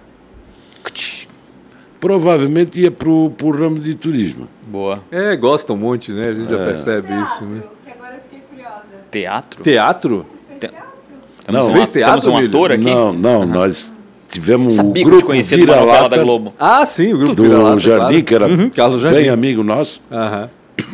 [SPEAKER 3] Provavelmente ia para o ramo de turismo.
[SPEAKER 2] Boa.
[SPEAKER 1] É, gosta um monte, né? A gente
[SPEAKER 3] é.
[SPEAKER 1] já percebe
[SPEAKER 4] teatro,
[SPEAKER 1] isso, né?
[SPEAKER 4] Que agora eu fiquei curiosa.
[SPEAKER 2] Teatro?
[SPEAKER 1] Teatro?
[SPEAKER 2] Te...
[SPEAKER 3] Não,
[SPEAKER 2] Temos
[SPEAKER 1] fez
[SPEAKER 2] um,
[SPEAKER 1] teatro,
[SPEAKER 2] temos um ator aqui?
[SPEAKER 3] Não, não, nós tivemos o
[SPEAKER 2] Sabia
[SPEAKER 3] grupo
[SPEAKER 2] que eu te de uma novela da
[SPEAKER 3] Vira-Lata
[SPEAKER 2] Globo.
[SPEAKER 1] Ah, sim, o grupo
[SPEAKER 3] do
[SPEAKER 1] Vira-Lata,
[SPEAKER 3] Jardim,
[SPEAKER 1] claro.
[SPEAKER 3] que era
[SPEAKER 1] Uhum, Carlos Jardim.
[SPEAKER 3] bem amigo nosso.
[SPEAKER 1] Aham.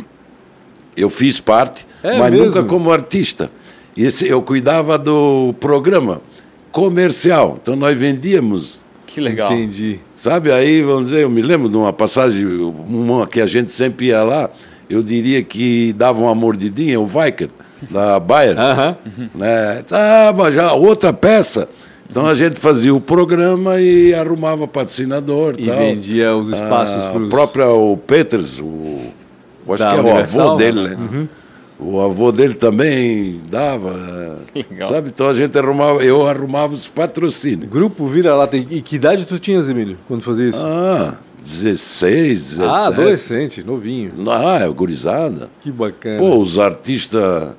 [SPEAKER 3] Eu fiz parte,
[SPEAKER 1] É
[SPEAKER 3] mas
[SPEAKER 1] mesmo?
[SPEAKER 3] nunca como artista. E esse, eu cuidava do programa comercial. Então nós vendíamos,
[SPEAKER 2] Que legal.
[SPEAKER 1] Entendi.
[SPEAKER 3] sabe? Aí, vamos dizer, eu me lembro de uma passagem, uma que a gente sempre ia lá, eu diria que dava uma mordidinha, o Viker, da Bayer.
[SPEAKER 1] Aham.
[SPEAKER 3] Né? Tava já outra peça. Então a gente fazia o programa e arrumava patrocinador.
[SPEAKER 1] E
[SPEAKER 3] tal.
[SPEAKER 1] vendia os espaços
[SPEAKER 3] A
[SPEAKER 1] pros...
[SPEAKER 3] própria, o Peters, o, eu acho
[SPEAKER 1] Da
[SPEAKER 3] que é o
[SPEAKER 1] Universal,
[SPEAKER 3] avô dele,
[SPEAKER 1] né?
[SPEAKER 3] né?
[SPEAKER 1] Uhum.
[SPEAKER 3] O avô dele também dava.
[SPEAKER 2] Legal.
[SPEAKER 3] Sabe? Então a gente arrumava, eu arrumava os patrocínios.
[SPEAKER 1] Grupo Vira-Lata. E que idade tu tinhas, Emílio, quando fazia isso?
[SPEAKER 3] Ah, dezesseis, dezessete.
[SPEAKER 1] Ah, adolescente, novinho.
[SPEAKER 3] Ah, é gurizada.
[SPEAKER 1] Que bacana.
[SPEAKER 3] Pô, os artistas.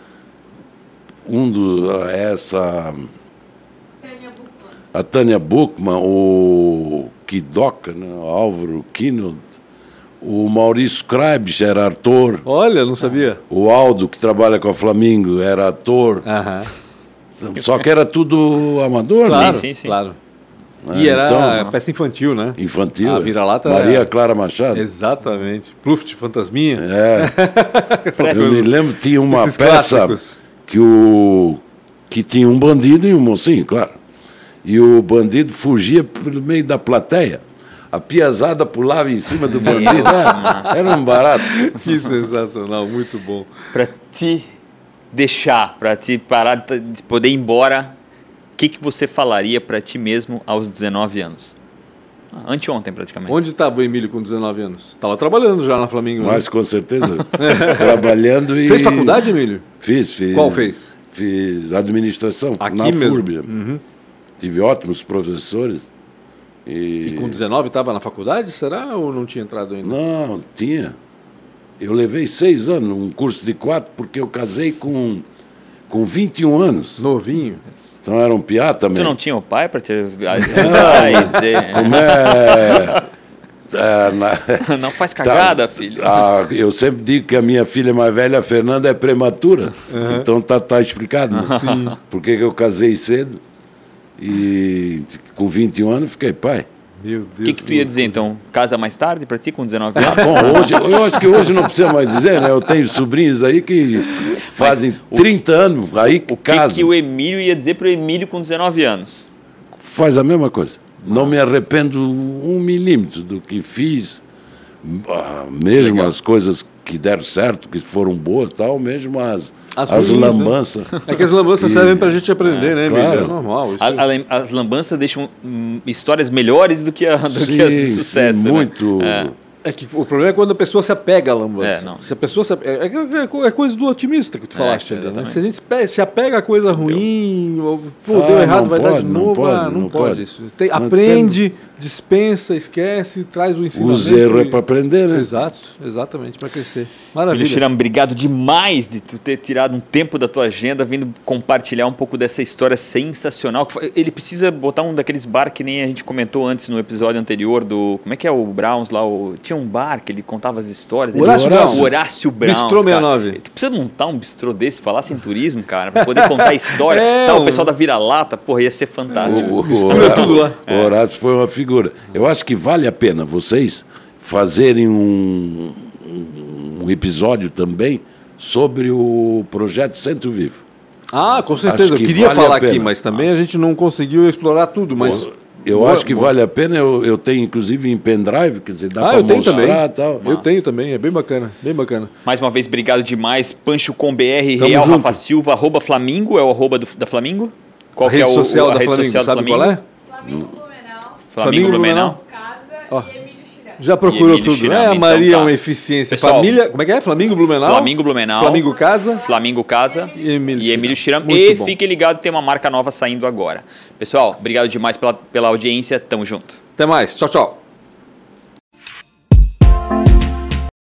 [SPEAKER 3] Um do. Essa.
[SPEAKER 4] Tânia Buchmann.
[SPEAKER 3] A Tânia Buchmann, o Kidoka, né? O Álvaro Kinold, o Maurício Kreibich era ator,
[SPEAKER 1] Olha, não sabia.
[SPEAKER 3] o Aldo, que trabalha com a Flamengo, era ator.
[SPEAKER 1] Aham.
[SPEAKER 3] Só que era tudo amador,
[SPEAKER 1] Claro,
[SPEAKER 3] né?
[SPEAKER 2] sim, sim.
[SPEAKER 1] claro.
[SPEAKER 3] É,
[SPEAKER 1] E era
[SPEAKER 3] então,
[SPEAKER 1] peça infantil, né?
[SPEAKER 3] infantil.
[SPEAKER 1] Ah, Vira-Lata
[SPEAKER 3] Maria
[SPEAKER 1] é-
[SPEAKER 3] Clara Machado.
[SPEAKER 1] Exatamente. Pluft, Fantasminha.
[SPEAKER 3] É.
[SPEAKER 1] Essas
[SPEAKER 3] Eu me
[SPEAKER 1] coisas.
[SPEAKER 3] lembro que tinha uma
[SPEAKER 1] Esses
[SPEAKER 3] peça
[SPEAKER 1] clássicos.
[SPEAKER 3] que, o, que tinha um bandido e um mocinho, claro. E o bandido fugia pelo meio da plateia. A piazada pulava em cima do bandido. Ah, era um barato.
[SPEAKER 1] Que sensacional, muito bom.
[SPEAKER 2] Para te deixar, para te parar de poder ir embora, o que, que você falaria para ti mesmo aos dezenove anos? Ah, anteontem, praticamente.
[SPEAKER 1] Onde estava o Emílio com dezenove anos? Estava trabalhando já na Flamengo. né?
[SPEAKER 3] Mas com certeza. Trabalhando e.
[SPEAKER 1] Fez faculdade, Emílio?
[SPEAKER 3] Fiz, fiz.
[SPEAKER 1] Qual fez?
[SPEAKER 3] Fiz administração.
[SPEAKER 1] Aqui
[SPEAKER 3] na
[SPEAKER 1] mesmo?
[SPEAKER 3] FURB.
[SPEAKER 1] Uhum.
[SPEAKER 3] Tive ótimos professores. E,
[SPEAKER 1] E com dezenove estava na faculdade, será? Ou não tinha entrado ainda?
[SPEAKER 3] Não, tinha. Eu levei seis anos, um curso de quatro, porque eu casei com, com vinte e um anos.
[SPEAKER 1] Novinho.
[SPEAKER 3] Então era um piá também.
[SPEAKER 2] Tu não tinha o pai para te ajudar e dizer...
[SPEAKER 3] Como é. é, na-
[SPEAKER 2] Não faz cagada, filho.
[SPEAKER 3] Ah, eu sempre digo que a minha filha mais velha, a Fernanda, é prematura. Então tá, tá explicado. né?
[SPEAKER 1] Sim.
[SPEAKER 3] Por que que eu casei cedo e com vinte e um anos fiquei pai.
[SPEAKER 1] Meu Deus.
[SPEAKER 2] O que, que tu ia dizer, então? Casa mais tarde para ti, com dezenove
[SPEAKER 3] Ah,
[SPEAKER 2] anos?
[SPEAKER 3] bom, hoje, eu acho que hoje não precisa mais dizer, né? Eu tenho sobrinhos aí que fazem
[SPEAKER 2] o
[SPEAKER 3] trinta anos, aí
[SPEAKER 2] O que,
[SPEAKER 3] casam.
[SPEAKER 2] que o Emílio ia dizer pro Emílio com dezenove anos?
[SPEAKER 3] Faz a mesma coisa. Não me arrependo um milímetro do que fiz. Ah, mesmo
[SPEAKER 2] legal.
[SPEAKER 3] as coisas que deram certo, que foram boas tal, mesmo as,
[SPEAKER 1] As
[SPEAKER 3] as,
[SPEAKER 1] ruins, né?
[SPEAKER 3] lambanças.
[SPEAKER 1] É que as lambanças
[SPEAKER 3] E-
[SPEAKER 1] servem pra gente aprender, né, Emílio?
[SPEAKER 3] claro.
[SPEAKER 1] É normal. Isso
[SPEAKER 2] A- além- as lambanças deixam hum, histórias melhores do que, a, do que as de
[SPEAKER 3] Sim,
[SPEAKER 2] sucesso.
[SPEAKER 3] sim,
[SPEAKER 2] né?
[SPEAKER 3] muito.
[SPEAKER 2] É.
[SPEAKER 1] É que o problema é quando a pessoa se apega à lambança.
[SPEAKER 2] É, não.
[SPEAKER 1] Se a pessoa se apega, é, é, é coisa do otimista que tu
[SPEAKER 2] É,
[SPEAKER 1] falaste ali, né?
[SPEAKER 2] exatamente.
[SPEAKER 1] Se a gente pe- se apega a coisa ruim, ou, pô,
[SPEAKER 3] Ah,
[SPEAKER 1] deu errado,
[SPEAKER 3] não
[SPEAKER 1] vai dar
[SPEAKER 3] pode,
[SPEAKER 1] de
[SPEAKER 3] não
[SPEAKER 1] novo,
[SPEAKER 3] pode,
[SPEAKER 1] ah, não,
[SPEAKER 3] não
[SPEAKER 1] pode
[SPEAKER 3] pode.
[SPEAKER 1] isso. Tem-
[SPEAKER 3] Não
[SPEAKER 1] aprende, dispensa, esquece, traz o ensinamento.
[SPEAKER 3] Os erros é
[SPEAKER 1] e-
[SPEAKER 3] para aprender, né?
[SPEAKER 1] Exato, exatamente, para crescer.
[SPEAKER 2] Emílio
[SPEAKER 1] Maravilha.
[SPEAKER 2] Chiram, obrigado demais de tu ter tirado um tempo da tua agenda, vindo compartilhar um pouco dessa história sensacional. Ele precisa botar um daqueles bar que nem a gente comentou antes no episódio anterior do... Como é que é o Browns lá? O, tinha um bar que ele contava as histórias.
[SPEAKER 1] O Horácio
[SPEAKER 2] ele,
[SPEAKER 1] Browns.
[SPEAKER 2] O Horácio Browns,
[SPEAKER 1] Bistrô
[SPEAKER 2] cara.
[SPEAKER 1] sessenta e nove.
[SPEAKER 2] Tu precisa montar um bistrô desse, falasse em turismo, cara, pra poder contar a história.
[SPEAKER 1] É,
[SPEAKER 2] tá,
[SPEAKER 1] um-
[SPEAKER 2] o pessoal da Vira-Lata, porra, ia ser fantástico.
[SPEAKER 3] O, o,
[SPEAKER 1] Mistura
[SPEAKER 3] Horácio-
[SPEAKER 1] tudo lá.
[SPEAKER 3] o Horácio foi uma figura. Eu acho que vale a pena vocês fazerem um, um- um episódio também sobre o projeto Centro Vivo.
[SPEAKER 1] Ah, com certeza. Eu
[SPEAKER 3] que
[SPEAKER 1] queria
[SPEAKER 3] vale
[SPEAKER 1] falar
[SPEAKER 3] a pena.
[SPEAKER 1] aqui, mas também a gente não conseguiu explorar tudo. Mas
[SPEAKER 3] Eu
[SPEAKER 1] Boa-
[SPEAKER 3] acho que
[SPEAKER 1] boa.
[SPEAKER 3] vale a pena. Eu, eu tenho, inclusive, em pendrive, quer dizer, dá
[SPEAKER 1] Ah,
[SPEAKER 3] para
[SPEAKER 1] eu tenho
[SPEAKER 3] mostrar
[SPEAKER 1] também.
[SPEAKER 3] e tal.
[SPEAKER 1] Eu tenho também, é bem bacana, bem bacana.
[SPEAKER 2] Mais uma vez, obrigado demais. Pancho com B R,
[SPEAKER 1] Tamo
[SPEAKER 2] Real
[SPEAKER 1] junto.
[SPEAKER 2] Rafa Silva, arroba Flamingo, é o arroba do- da Flamingo? Qual
[SPEAKER 1] a
[SPEAKER 2] que
[SPEAKER 1] rede
[SPEAKER 2] é o,
[SPEAKER 1] social
[SPEAKER 2] a
[SPEAKER 1] da
[SPEAKER 2] rede
[SPEAKER 1] Flamengo,
[SPEAKER 2] social do
[SPEAKER 1] sabe
[SPEAKER 2] Flamengo?
[SPEAKER 1] qual é?
[SPEAKER 4] Flamengo Blumenau,
[SPEAKER 2] Flamengo Blumenau.
[SPEAKER 4] Casa
[SPEAKER 1] Ó.
[SPEAKER 4] e Emílio Chirano.
[SPEAKER 1] Já procurou
[SPEAKER 2] Emílio
[SPEAKER 1] tudo,
[SPEAKER 2] Chirano,
[SPEAKER 1] né? A
[SPEAKER 2] então
[SPEAKER 1] Maria é
[SPEAKER 2] tá.
[SPEAKER 1] uma eficiência.
[SPEAKER 2] Pessoal,
[SPEAKER 1] Família, como é que é? Flamengo Blumenau?
[SPEAKER 2] Flamengo Blumenau.
[SPEAKER 1] Flamengo Casa.
[SPEAKER 2] Flamengo Casa
[SPEAKER 1] E Emílio
[SPEAKER 2] e Emílio
[SPEAKER 1] Chirano.
[SPEAKER 2] Chirano.
[SPEAKER 1] Muito
[SPEAKER 2] E
[SPEAKER 1] bom.
[SPEAKER 2] fique ligado, tem uma marca nova saindo agora. Pessoal, obrigado demais pela, pela audiência. Tamo junto.
[SPEAKER 1] Até mais. Tchau, tchau.